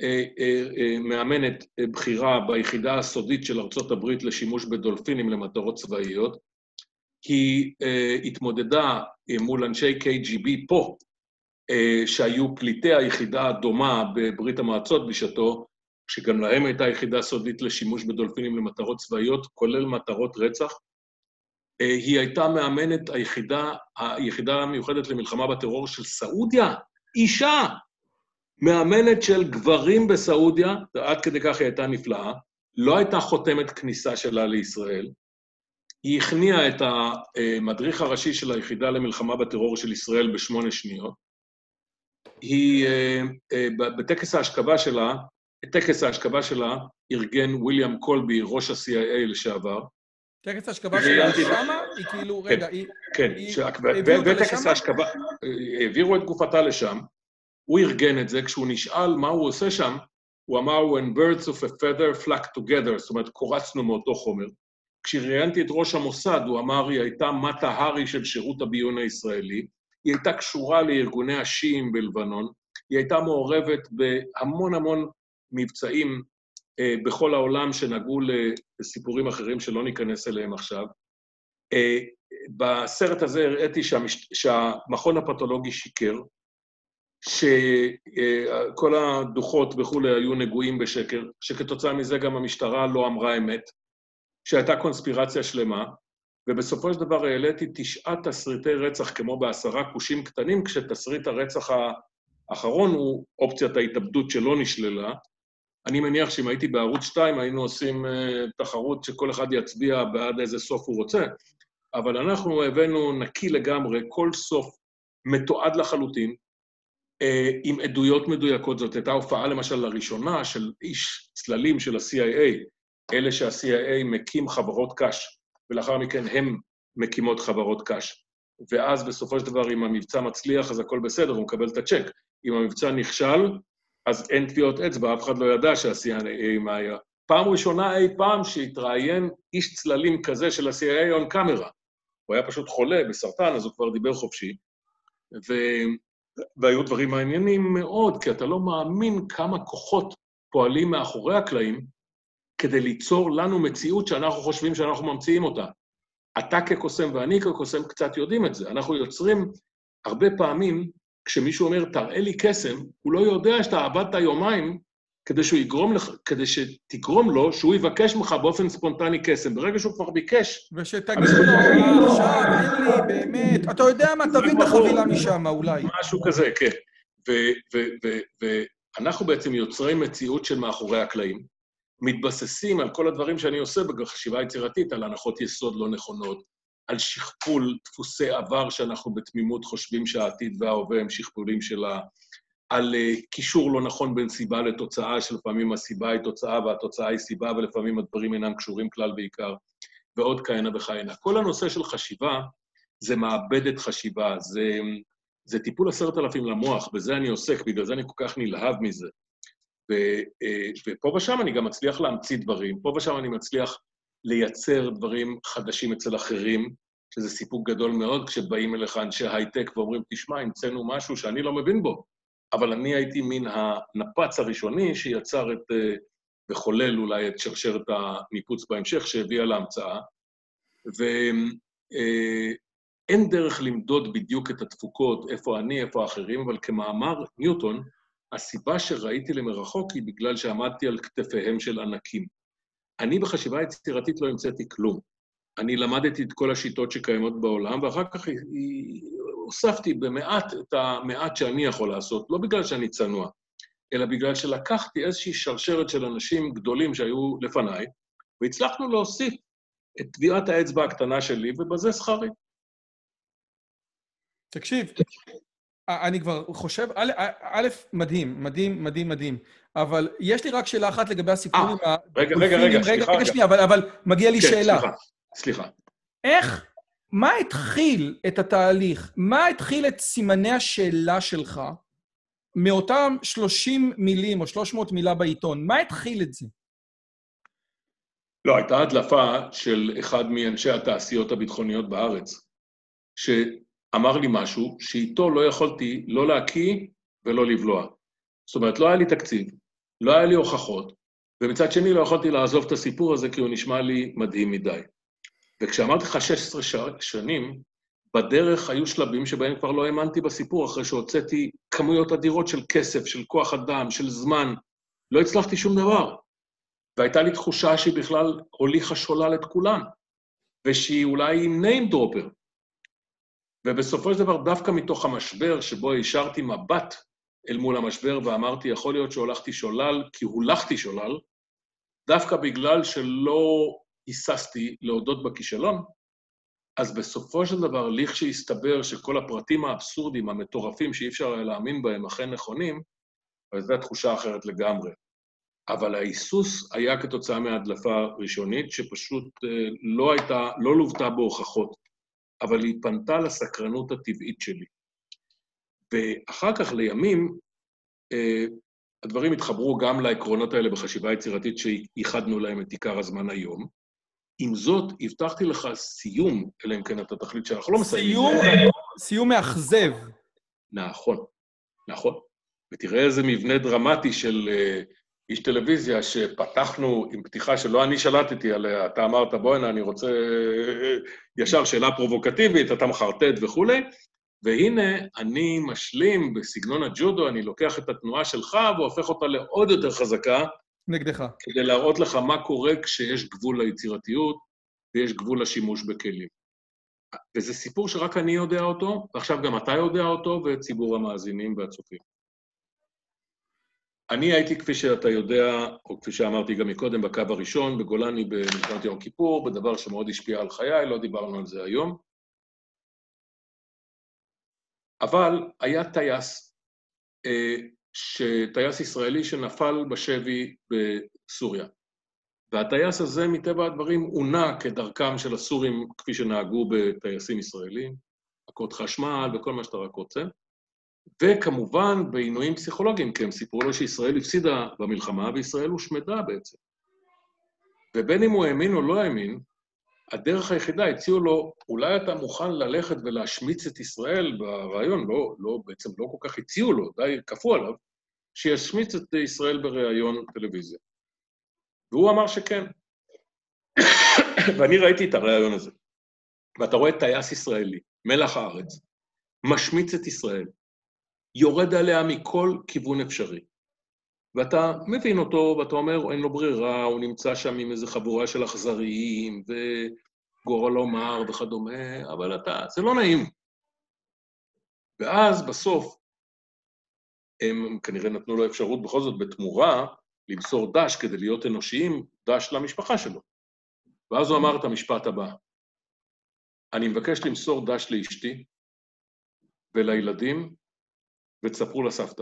מאמנת בחירה ביחידה הסודית של ארצות הברית לשימוש בדולפינים למטרות צבאיות, היא התמודדה מול אנשי KGB פה, שהיו פליטי היחידה הדומה בברית המועצות בשעתו, שגם להם הייתה יחידה סודית לשימוש בדולפינים למטרות צבאיות, כולל מטרות רצח. היא הייתה מאמנת היחידה המיוחדת למלחמה בטרור של סעודיה, אישה, מאמנת של גברים בסעודיה, עד כדי כך היא הייתה נפלאה, לא הייתה חותמת כניסה שלה לישראל, היא הכניעה את המדריך הראשי של היחידה למלחמה בטרור של ישראל ב8 שניות, היא, בטקס ההשכבה שלה, ארגן וויליאם קולבי, ראש ה-CIA לשעבר. טקס ההשכבה שלה שמה? היא כאילו, רגע, כן, וטקס ההשכבה, העבירו את גופתה לשם, הוא ארגן את זה, כשהוא נשאל מה הוא עושה שם, הוא אמר, when birds of a feather flock together, זאת אומרת, קורצנו מאותו חומר. כשראיינתי את ראש המוסד, הוא אמר, היא הייתה מטה הארי של שירות הביון הישראלי, היא הייתה קשורה לארגוני השיעים בלבנון, היא הייתה מעורבת בהמון המון מבצעים בכל העולם שנגעו לסיפורים אחרים שלא ניכנס אליהם עכשיו. בסרט הזה הראיתי שהמכון הפתולוגי שיקר, שכל הדוחות וכולי היו נגועים בשקר, שכתוצאה מזה גם המשטרה לא אמרה אמת, שהייתה קונספירציה שלמה, ובסופו של דבר העליתי 9 תסריטי רצח כמו ב10 כושים קטנים, כשתסריט הרצח האחרון הוא אופציית ההתאבדות שלא נשללה. אני מניח שאם הייתי בערוץ 2 היינו עושים תחרות שכל אחד יצביע בעד איזה סוף הוא רוצה, אבל אנחנו הבאנו נקי לגמרי, כל סוף מתועד לחלוטין, עם עדויות מדויקות. זאת הייתה הופעה למשל לראשונה של איש צללים של ה-CIA, אלה שה-CIA מקים חברות קש, ולאחר מכן הם מקימות חברות קש. ואז בסופו של דבר, אם המבצע מצליח, אז הכל בסדר, הוא מקבל את הצ'ק. אם המבצע נכשל, אז אין טביעות אצבע, אף אחד לא ידע שה-CIA מה היה. פעם ראשונה אי פעם שהתראיין איש צללים כזה של ה-CIA on camera. הוא היה פשוט חולה בסרטן, אז הוא כבר דיבר חופשי. והיו דברים מעניינים מאוד, כי אתה לא מאמין כמה כוחות פועלים מאחורי הקלעים, כדי ליצור לנו מציאות שאנחנו חושבים שאנחנו ממציאים אותה. אתה כקוסם ואני כקוסם קצת יודעים את זה. אנחנו יוצרים הרבה פעמים, כשמישהו אומר, תראה לי קסם, הוא לא יודע שאתה עבדת יומיים, כדי שתגרום לו שהוא יבקש ממך באופן ספונטני קסם. ברגע שהוא כבר ביקש... ושתגיד לו, עכשיו, אין לי, באמת, אתה יודע מה, תביא את החבילה משם, אולי. משהו כזה, כן. ואנחנו בעצם יוצרים מציאות של מאחורי הקלעים, מתבססים על כל הדברים שאני עושה בחשיבה יצירתית, על הנחות יסוד לא נכונות, על שכפול דפוסי עבר שאנחנו בתמימות חושבים שהעתיד וההווה הם שכפולים שלה, על קישור לא נכון בין סיבה לתוצאה, שלפעמים הסיבה היא תוצאה והתוצאה היא סיבה, ולפעמים הדברים אינם קשורים כלל ועיקר, ועוד כהנה וכהנה. כל הנושא של חשיבה זה מעבדת חשיבה, זה טיפול 10,000 למוח, בזה אני עוסק, בגלל זה אני כל כך נלהב מזה. ופה ושם אני גם מצליח להמציא דברים, פה ושם אני מצליח לייצר דברים חדשים אצל אחרים, שזה סיפוק גדול מאוד כשבאים אליך אנשי הייטק ואומרים, תשמע, המצאנו משהו שאני לא מבין בו, אבל אני הייתי מן הנפץ הראשוני שיצר וחולל אולי את שרשרת הניפוץ בהמשך שהביאה להמצאה, ואין דרך למדוד בדיוק את התפוקות, איפה אני, איפה האחרים, אבל כמאמר ניוטון, הסיבה שראיתי למרחוק היא בגלל שעמדתי על כתפיהם של ענקים. אני בחשיבה יצירתית לא המצאתי כלום. אני למדתי את כל השיטות שקיימות בעולם, ואחר כך הוספתי במעט את המעט שאני יכול לעשות, לא בגלל שאני צנוע, אלא בגלל שלקחתי איזושהי שרשרת של אנשים גדולים שהיו לפניי, והצלחנו להוסיף את טביעת האצבע הקטנה שלי, ובזה שכרי. תקשיב, אני כבר חושב, א', מדהים, מדהים, מדהים, מדהים, אבל יש לי רק שאלה אחת לגבי הסיפורים. רגע, סליחה. רגע, שנייה, אבל מגיע לי שאלה. סליחה. איך, מה התחיל את התהליך? מה התחיל את סימני השאלה שלך מאותם 30 מילים או 300 מילה בעיתון? מה התחיל את זה? לא, הייתה הדלפה של אחד מאנשי התעשיות הביטחוניות בארץ, שאמר לי משהו שאיתו לא יכולתי לא להקיא ולא לבלוע. זאת אומרת, לא היה לי תקציב, לא היה לי הוכחות, ומצד שני לא יכולתי לעזוב את הסיפור הזה כי הוא נשמע לי מדהים מדי. וכשאמרתי לך 16 שנים, בדרך היו שלבים שבהם כבר לא האמנתי בסיפור, אחרי שהוצאתי כמויות אדירות של כסף, של כוח אדם, של זמן, לא הצלחתי שום דבר. והייתה לי תחושה שהיא בכלל הוליכה שולל את כולם, ושהיא אולי name dropper. ובסופו של דבר, דווקא מתוך המשבר, שבו השארתי מבט אל מול המשבר, ואמרתי, יכול להיות שהולכתי שולל, כי הולכתי שולל, דווקא בגלל שלא היססתי להודות בכישלון, אז בסופו של דבר, לכשהסתבר שכל הפרטים האבסורדים, המטורפים, שאי אפשר היה להאמין בהם, אכן נכונים, אז זו תחושה אחרת לגמרי. אבל ההיסוס היה כתוצאה מהדלפה ראשונית, שפשוט לא לובטה בהוכחות, אבל היא פנתה לסקרנות הטבעית שלי. ואחר כך לימים, הדברים התחברו גם לעקרונות האלה בחשיבה יצירתית שייחדנו להם את עיקר הזמן היום. עם זאת, הבטחתי לך סיום, אלא אם כן אתה תחליט שאנחנו לא מסיימים. סיום מאכזב. נכון. ותראה איזה מבנה דרמטי איש טלוויזיה שפתחנו עם פתיחה שלא אני שלטתי עליה, אתה אמרת, בוא הנה, אני רוצה ישר שאלה פרובוקטיבית, אתה מחרטט וכולי, והנה אני משלים בסגנון הג'ודו, אני לוקח את התנועה שלך והופך אותה לעוד יותר חזקה, נגדך. כדי להראות לך מה קורה כשיש גבול ליצירתיות ויש גבול לשימוש בכלים. וזה סיפור שרק אני יודע אותו, ועכשיו גם אתה יודע אותו, וציבור המאזינים והצופים. אני הייתי, כפי שאתה יודע, או כפי שאמרתי גם מקודם, בקו הראשון, בגולני במלחמת יום כיפור, בדבר שמאוד השפיע על חיי, לא דיברנו על זה היום. אבל היה טייס ישראלי שנפל בשבי בסוריה. והטייס הזה, מטבע הדברים, עונה כדרכם של הסורים, כפי שנהגו בטייסים ישראלים, מכות חשמל וכל מה שאתה רק רוצה. וכמובן, בעינויים פסיכולוגיים, כי הם סיפרו לו שישראל הפסידה במלחמה, וישראל הושמדה בעצם. ובין אם הוא האמין או לא האמין, הדרך היחידה הציעו לו, אולי אתה מוכן ללכת ולהשמיץ את ישראל ברעיון, בעצם לא כל כך הציעו לו, די כפו עליו, שישמיץ את ישראל בראיון טלוויזיה. והוא אמר שכן. ואני ראיתי את הראיון הזה. ואתה רואה טייס ישראלי, מלח הארץ, משמיץ את ישראל, יורד עליה מכל כיוון אפשרי. ואתה מבין אותו, ואתה אומר, אין לו ברירה, הוא נמצא שם עם איזו חבורה של אכזריים, וגורלו מר וכדומה, אבל זה לא נעים. ואז בסוף, הם כנראה נתנו לו אפשרות בכל זאת בתמורה, למסור דש כדי להיות אנושיים, דש למשפחה שלו. ואז הוא אמר את המשפט הבא, אני מבקש למסור דש לאשתי ולילדים, ותספרו לסבתא.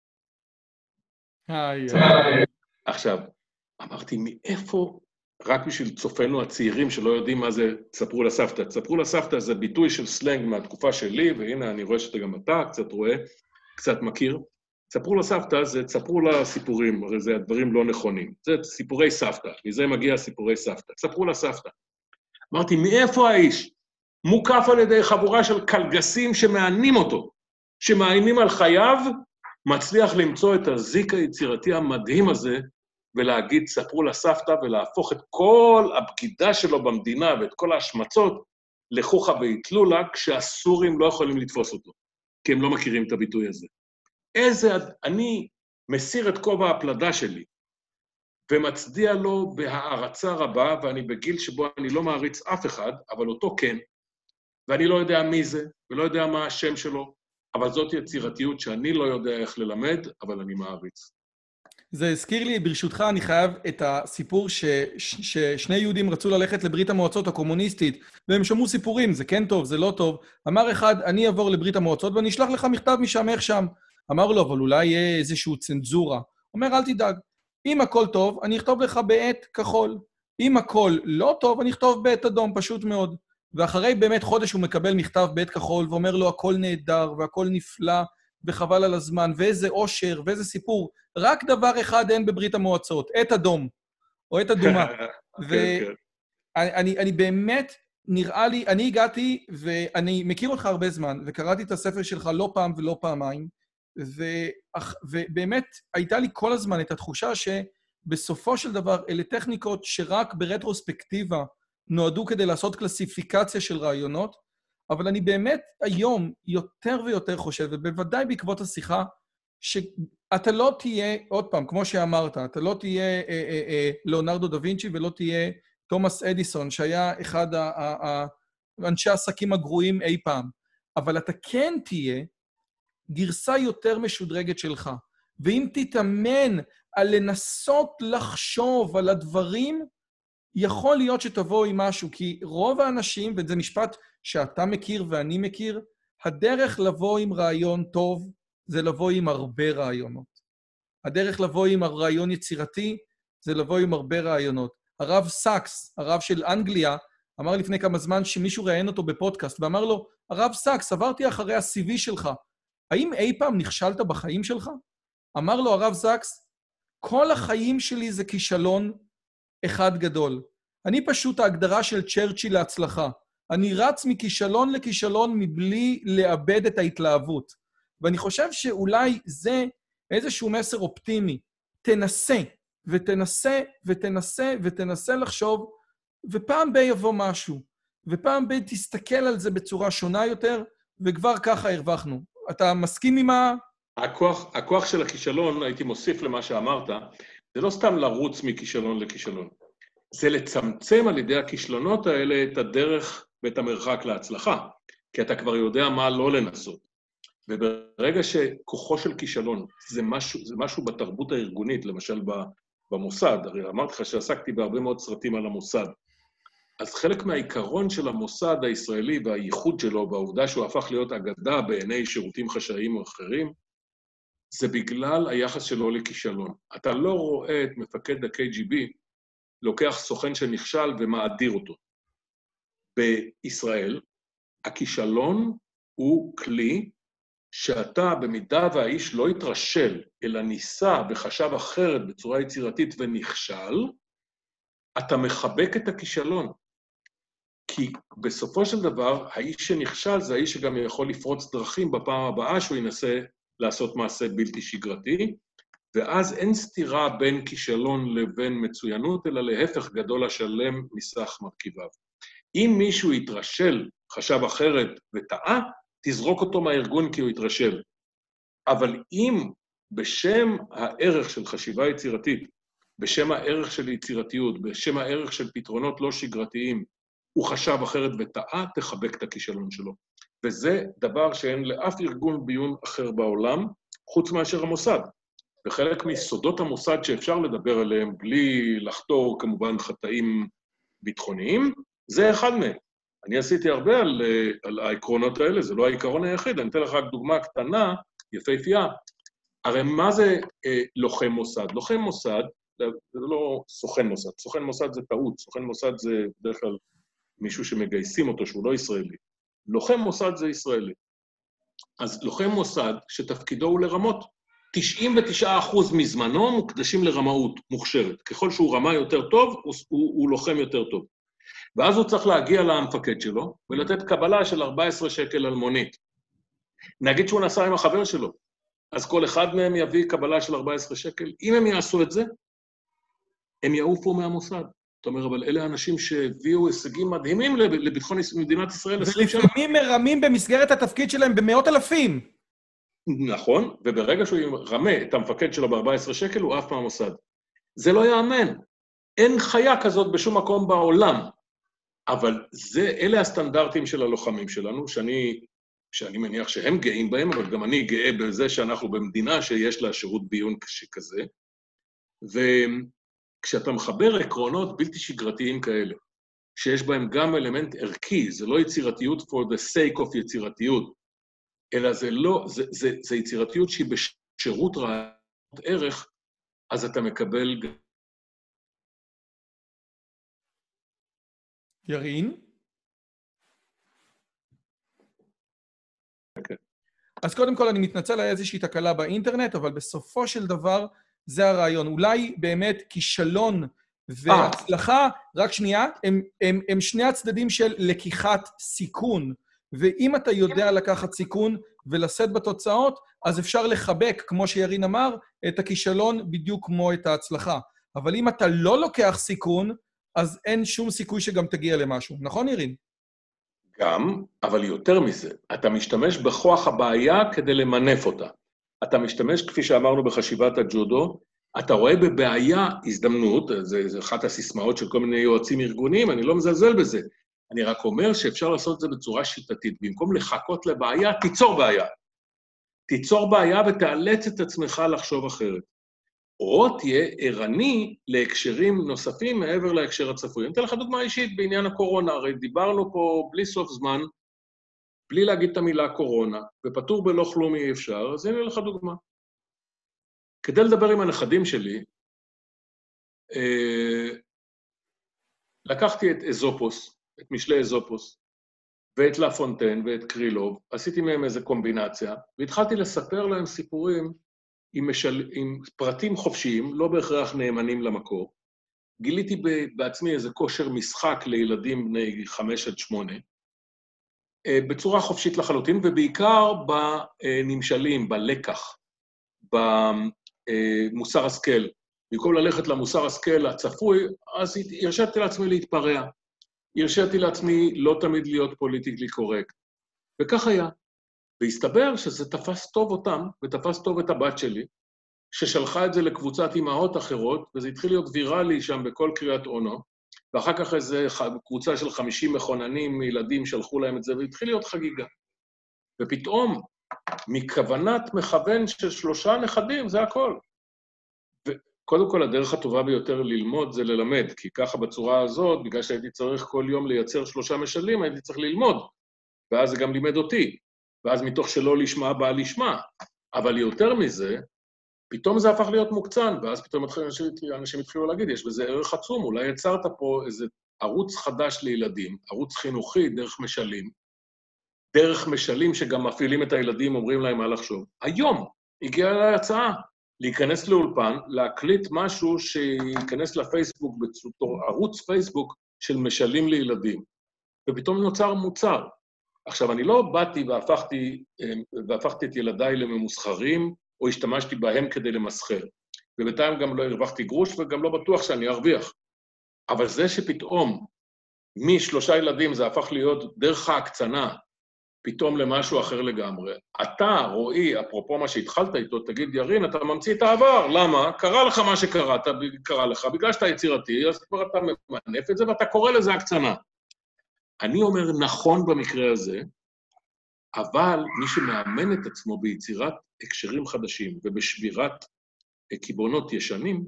עכשיו, אמרתי, מאיפה, רק בשביל צופינו הצעירים שלא יודעים מה זה תספרו לסבתא. תספרו לסבתא זה ביטוי של סלנג מהתקופה שלי, והנה אני רואה שאתה גם אתה קצת רואה, קצת מכיר. תספרו לסבתא זה תספרו לסיפורים, הרי זה הדברים לא נכונים. זה סיפורי סבתא, מזה מגיע סיפורי סבתא. תספרו לסבתא. אמרתי, מאיפה האיש? מוקף על ידי חבורה של קלגסים שמענים אותו, שמאיימים על חייו, מצליח למצוא את הזיק היצירתי המדהים הזה, ולהגיד, ספרו לסבתא, ולהפוך את כל הבגידה שלו במדינה, ואת כל ההשמצות, לחוכה והתלולה, כשהסורים לא יכולים לתפוס אותו, כי הם לא מכירים את הביטוי הזה. אני מסיר את כובע הפלדה שלי, ומצדיע לו בהערצה רבה, ואני בגיל שבו אני לא מעריץ אף אחד, אבל אותו כן, ואני לא יודע מי זה, ולא יודע מה השם שלו, אבל זאת יצירתיות שאני לא יודע איך ללמד, אבל אני מעריץ. זה הזכיר לי, ברשותך, אני חייב את הסיפור ששני יהודים רצו ללכת לברית המועצות הקומוניסטית, והם שמעו סיפורים, זה כן טוב, זה לא טוב. אמר אחד, אני אעבור לברית המועצות ואני אשלח לך מכתב משמך שם. אמר לו, אבל אולי יהיה איזשהו צנזורה. אומר, אל תדאג, אם הכל טוב, אני אכתוב לך בעט כחול. אם הכל לא טוב, אני אכתוב בעט אדום, פשוט מאוד. ואחרי באמת חודש הוא מקבל מכתב בעט כחול, ואומר לו, הכל נהדר, והכל נפלא, וחבל על הזמן, ואיזה אושר, ואיזה סיפור. רק דבר אחד אין בברית המועצות, עט אדום, או עט אדומה. ואני באמת, נראה לי, אני הגעתי, ואני מכיר אותך הרבה זמן, וקראתי את הספר שלך לא פעם ולא פעמיים, ובאמת הייתה לי כל הזמן את התחושה שבסופו של דבר אלה טכניקות שרק ברטרוספקטיבה נועדו כדי לעשות קלסיפיקציה של רעיונות, אבל אני באמת היום יותר ויותר חושב, ובוודאי בעקבות השיחה, שאתה לא תהיה, עוד פעם, כמו שאמרת, אתה לא תהיה ליאונרדו דה וינצ'י ולא תהיה תומאס אדיסון, שהיה אחד האנשי העסקים הגרועים אי פעם, אבל אתה כן תהיה גרסה יותר משודרגת שלך. ואם תתאמן על לנסות לחשוב על הדברים, יכול להיות שתבוא עם משהו, כי רוב האנשים, וזה משפט שאתה מכיר ואני מכיר, הדרך לבוא עם רעיון טוב, זה לבוא עם הרבה רעיונות. הדרך לבוא עם רעיון יצירתי, זה לבוא עם הרבה רעיונות. הרב סאקס, הרב של אנגליה, אמר לפני כמה זמן שמישהו ראיין אותו בפודקאסט, ואמר לו, הרב סאקס, עברתי אחרי ה-CV שלך, האם אי פעם נכשלת בחיים שלך? אמר לו הרב סאקס, כל החיים שלי זה כישלון אחד גדול. אני פשוט ההגדרה של צ'רצ'יל להצלחה. אני רץ מכישלון לכישלון מבלי לאבד את ההתלהבות. ואני חושב שאולי זה איזשהו מסר אופטימי. תנסה, ותנסה, ותנסה, ותנסה לחשוב, ופעם בי יבוא משהו, ופעם בי תסתכל על זה בצורה שונה יותר, וכבר ככה הרווחנו. אתה מסכים עם ה... הכוח של הכישלון, הייתי מוסיף למה שאמרת, זה לא סתם לרוץ מכישלון לכישלון. זה לצמצם על ידי הכישלונות האלה את הדרך ואת המרחק להצלחה, כי אתה כבר יודע מה לא לנסות. וברגע שכוחו של כישלון זה משהו בתרבות הארגונית, למשל במוסד, הרי אמרתי לך שעסקתי בהרבה מאוד סרטים על המוסד, אז חלק מהעיקרון של המוסד הישראלי והייחוד שלו, והעובדה שהוא הפך להיות אגדה בעיני שירותים חשאיים או אחרים, זה בגלל היחס שלו לכישלון. אתה לא רואה את מפקד ה-KGB לוקח סוכן שנכשל ומאדיר אותו. בישראל, הכישלון הוא כלי שאתה, במידה והאיש לא התרשל, אלא ניסה וחשב אחרת בצורה יצירתית ונכשל, אתה מחבק את הכישלון. כי בסופו של דבר, האיש שנכשל זה האיש שגם יכול לפרוץ דרכים בפעם הבאה שהוא ינסה לעשות מעשה בלתי שגרתי, ואז אין סתירה בין כישלון לבין מצוינות, אלא להפך גדול השלם מסך מרכיביו. אם מישהו יתרשל, חשב אחרת וטעה, תזרוק אותו מהארגון כי הוא יתרשל. אבל אם בשם הערך של חשיבה יצירתית, בשם הערך של יצירתיות, בשם הערך של פתרונות לא שגרתיים, הוא חשב אחרת וטעה, תחבק את הכישלון שלו. וזה דבר שאין לאף ארגון ביון אחר בעולם, חוץ מאשר המוסד. וחלק מסודות המוסד שאפשר לדבר עליהם, בלי לחתור כמובן חטאים ביטחוניים, זה אחד מהם. אני עשיתי הרבה על העקרונות האלה, זה לא העיקרון היחיד, אני אתן לך רק דוגמה קטנה, יפהפייה. הרי מה זה לוחם מוסד? לוחם מוסד, זה לא סוכן מוסד, סוכן מוסד זה טעות, סוכן מוסד זה בדרך כלל מישהו שמגייסים אותו שהוא לא ישראלי. לוחם מוסד זה ישראלי. אז לוחם מוסד שתפקידו הוא לרמות, 99% מזמנו מוקדשים לרמאות מוכשרת. ככל שהוא רמה יותר טוב, הוא לוחם יותר טוב. ואז הוא צריך להגיע למפקד שלו, ולתת קבלה של 14 שקל על מונית. נגיד שהוא נסע עם החבר שלו, אז כל אחד מהם יביא קבלה של 14 שקל. אם הם יעשו את זה, הם יעופו מהמוסד. זאת אומרת, אבל אלה האנשים שהביאו הישגים מדהימים לביטחון מדינת ישראל. ולפעמים מרמים במסגרת התפקיד שלהם במאות אלפים. נכון, וברגע שהוא ירמה את המפקד שלו ב-14 שקל, הוא עף מהמוסד. זה לא יאמן. אין חיה כזאת בשום מקום בעולם. אבל אלה הסטנדרטים של הלוחמים שלנו, שאני מניח שהם גאים בהם, אבל גם אני גאה בזה שאנחנו במדינה שיש לה שירות ביון כזה. וכשאתה מחבר עקרונות בלתי שגרתיים כאלה, שיש בהם גם אלמנט ערכי, זה לא יצירתיות for the sake of יצירתיות, אלא זה יצירתיות שהיא בשירות רעיונות ערך, אז אתה מקבל... ירין? כן. אז קודם כל אני מתנצל על איזושהי תקלה באינטרנט, אבל בסופו של דבר זה הרעיון. אולי באמת כישלון והצלחה, רק שנייה, הם שני הצדדים של לקיחת סיכון. ואם אתה יודע לקחת סיכון ולשאת בתוצאות, אז אפשר לחבק, כמו שירין אמר, את הכישלון בדיוק כמו את ההצלחה. אבל אם אתה לא לוקח סיכון, אז אין שום סיכוי שגם תגיע למשהו. נכון, ירין? גם, אבל יותר מזה, אתה משתמש בכוח הבעיה כדי למנף אותה. אתה משתמש, כפי שאמרנו בחשיבת הג'ודו, אתה רואה בבעיה הזדמנות, זה אחת הסיסמאות של כל מיני יועצים ארגוניים, אני לא מזלזל בזה. אני רק אומר שאפשר לעשות את זה בצורה שיטתית. במקום לחכות לבעיה, תיצור בעיה. תיצור בעיה ותאלץ את עצמך לחשוב אחרת. או תהיה ערני להקשרים נוספים מעבר להקשר הצפוי. אני אתן לך דוגמה אישית בעניין הקורונה, הרי דיברנו פה בלי סוף זמן, בלי להגיד את המילה קורונה, ופטור בלא כלום אי אפשר, אז הנה לך דוגמה. כדי לדבר עם הנכדים שלי, לקחתי את אזופוס, את משלי אזופוס, ואת לה פונטיין ואת קרילוב, עשיתי מהם איזו קומבינציה, והתחלתי לספר להם סיפורים עם פרטים חופשיים, לא בהכרח נאמנים למקור. גיליתי בעצמי איזה כושר משחק לילדים בני 5 עד 8, בצורה חופשית לחלוטין, ובעיקר בנמשלים, בלקח, מוסר השכל. במקום ללכת למוסר השכל הצפוי, אז הרשיתי לעצמי להתפרע. הרשיתי לעצמי לא תמיד להיות פוליטיקלי קורקט. וכך היה. והסתבר שזה תפס טוב אותם, ותפס טוב את הבת שלי, ששלחה את זה לקבוצת אמהות אחרות, וזה התחיל להיות ויראלי שם בכל קריאת אונו, ואחר כך איזו קבוצה של 50 מכוננים, ילדים שלחו להם את זה, והתחיל להיות חגיגה. ופתאום, מכוונת מכוון של 3 נכדים, זה הכל. וקודם כל, הדרך הטובה ביותר ללמוד זה ללמד, כי ככה בצורה הזאת, בגלל שהייתי צריך כל יום לייצר 3 משלים, הייתי צריך ללמוד, ואז זה גם לימד אותי, ואז מתוך שלא לשמה בא לשמה. אבל יותר מזה, פתאום זה הפך להיות מוקצן, ואז פתאום אנשים התחילו להגיד, יש בזה ערך עצום, אולי יצרת פה איזה ערוץ חדש לילדים, ערוץ חינוכי דרך משלים שגם מפעילים את הילדים, אומרים להם מה לחשוב. היום הגיעה אליי הצעה להיכנס לאולפן, להקליט משהו שייכנס לפייסבוק, ערוץ פייסבוק של משלים לילדים, ופתאום נוצר מוצר. עכשיו, אני לא באתי והפכתי את ילדיי לממוסחרים, או השתמשתי בהם כדי למסחר. ובינתיים גם לא הרווחתי גרוש, וגם לא בטוח שאני ארוויח. אבל זה שפתאום, מ3 ילדים זה הפך להיות דרך ההקצנה, פתאום למשהו אחר לגמרי. אתה, רועי, אפרופו מה שהתחלת איתו, תגיד, ירין, אתה ממציא את העבר, למה? קרה לך מה שקרה לך, בגלל שאתה יצירתי, אז כבר אתה ממנף את זה, ואתה קורא לזה הקצנה. אני אומר נכון במקרה הזה, אבל מי שמאמן את עצמו ביצירת הקשרים חדשים ובשבירת קיבעונות ישנים,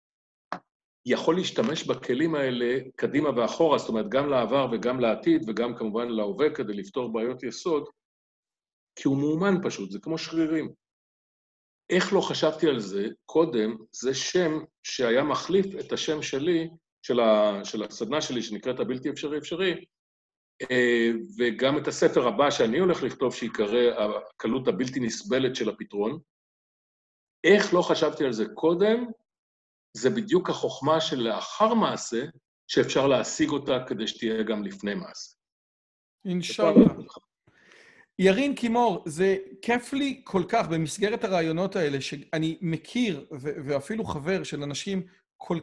יכול להשתמש בכלים האלה קדימה ואחורה, זאת אומרת, גם לעבר וגם לעתיד, וגם כמובן להווה כדי לפתור בעיות יסוד, כי הוא מאומן פשוט, זה כמו שרירים. איך לא חשבתי על זה קודם, זה שם שהיה מחליף את השם שלי, של הסדנה שלי, שנקראת הבלתי אפשרי אפשרי, וגם את הספר הבא שאני הולך לכתוב, שיקרא הקלות הבלתי נסבלת של הפתרון. איך לא חשבתי על זה קודם? זה בדיוק החוכמה של לאחר מעשה, שאפשר להשיג אותה כדי שתהיה גם לפני מעשה. אינשאללה. ירין קימור, זה כיף לי כל כך במסגרת הרעיונות האלה, שאני מכיר ואפילו חבר של אנשים כל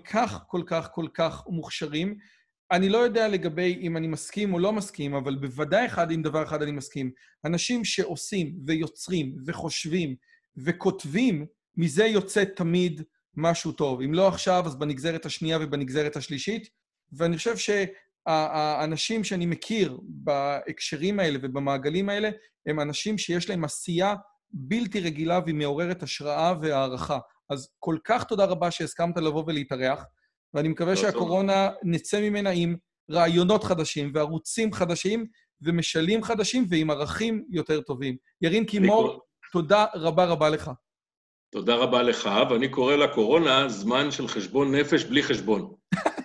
כך מוכשרים. אני לא יודע לגבי אם אני מסכים או לא מסכים, אבל בוודאי עם דבר אחד אני מסכים. אנשים שעושים ויוצרים וחושבים וכותבים, מזה יוצא תמיד משהו טוב. אם לא עכשיו, אז בנגזרת השנייה ובנגזרת השלישית. ואני חושב שהאנשים שאני מכיר בהקשרים האלה ובמעגלים האלה, הם אנשים שיש להם עשייה בלתי רגילה והיא מעוררת השראה והערכה. אז כל כך תודה רבה שהסכמת לבוא ולהתארח, ואני מקווה שהקורונה נצא ממנה עם רעיונות חדשים וערוצים חדשים ומשלים חדשים ועם ערכים יותר טובים. ירין קימור, תודה רבה לך. תודה רבה לך, ואני קורא לקורונה זמן של חשבון נפש בלי חשבון.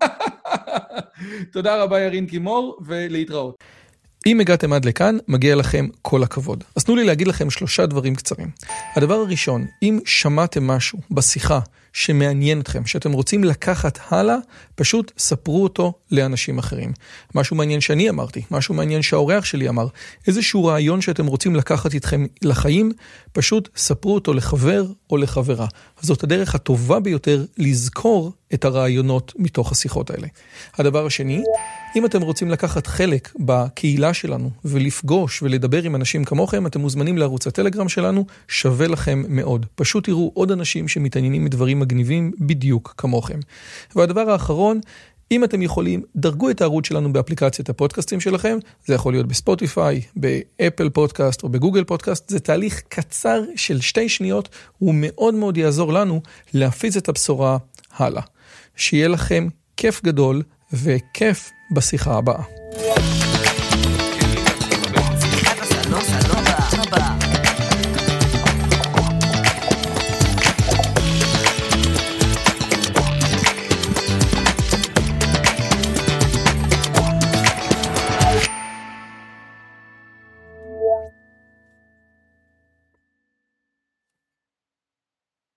תודה רבה ירין קימור, ולהתראות. אם הגעתם עד לכאן, מגיע לכם כל הכבוד. אז תנו לי להגיד לכם 3 דברים קצרים. הדבר הראשון, אם שמעתם משהו בשיחה שמעניין אתכם, שאתם רוצים לקחת הלאה, פשוט ספרו אותו לאנשים אחרים. משהו מעניין שאני אמרתי, משהו מעניין שהאורח שלי אמר, איזשהו רעיון שאתם רוצים לקחת איתכם לחיים, פשוט ספרו אותו לחבר או לחברה. אז זאת הדרך הטובה ביותר לזכור את הרעיונות מתוך השיחות האלה. הדבר השני, אם אתם רוצים לקחת חלק בקהילה שלנו ולפגוש ולדבר עם אנשים כמוכם, אתם מוזמנים לערוץ הטלגרם שלנו, שווה לכם מאוד. פשוט תראו עוד אנשים שמתעניינים מדברים מגניבים בדיוק כמוכם. והדבר האחרון, אם אתם יכולים, דרגו את הערוץ שלנו באפליקציית הפודקאסטים שלכם, זה יכול להיות בספוטיפיי, באפל פודקאסט או בגוגל פודקאסט, זה תהליך קצר של 2 שניות, הוא מאוד מאוד יעזור לנו להפיץ את הבשורה הלאה. שיהיה לכם כיף גדול וכיף בשיחה הבאה.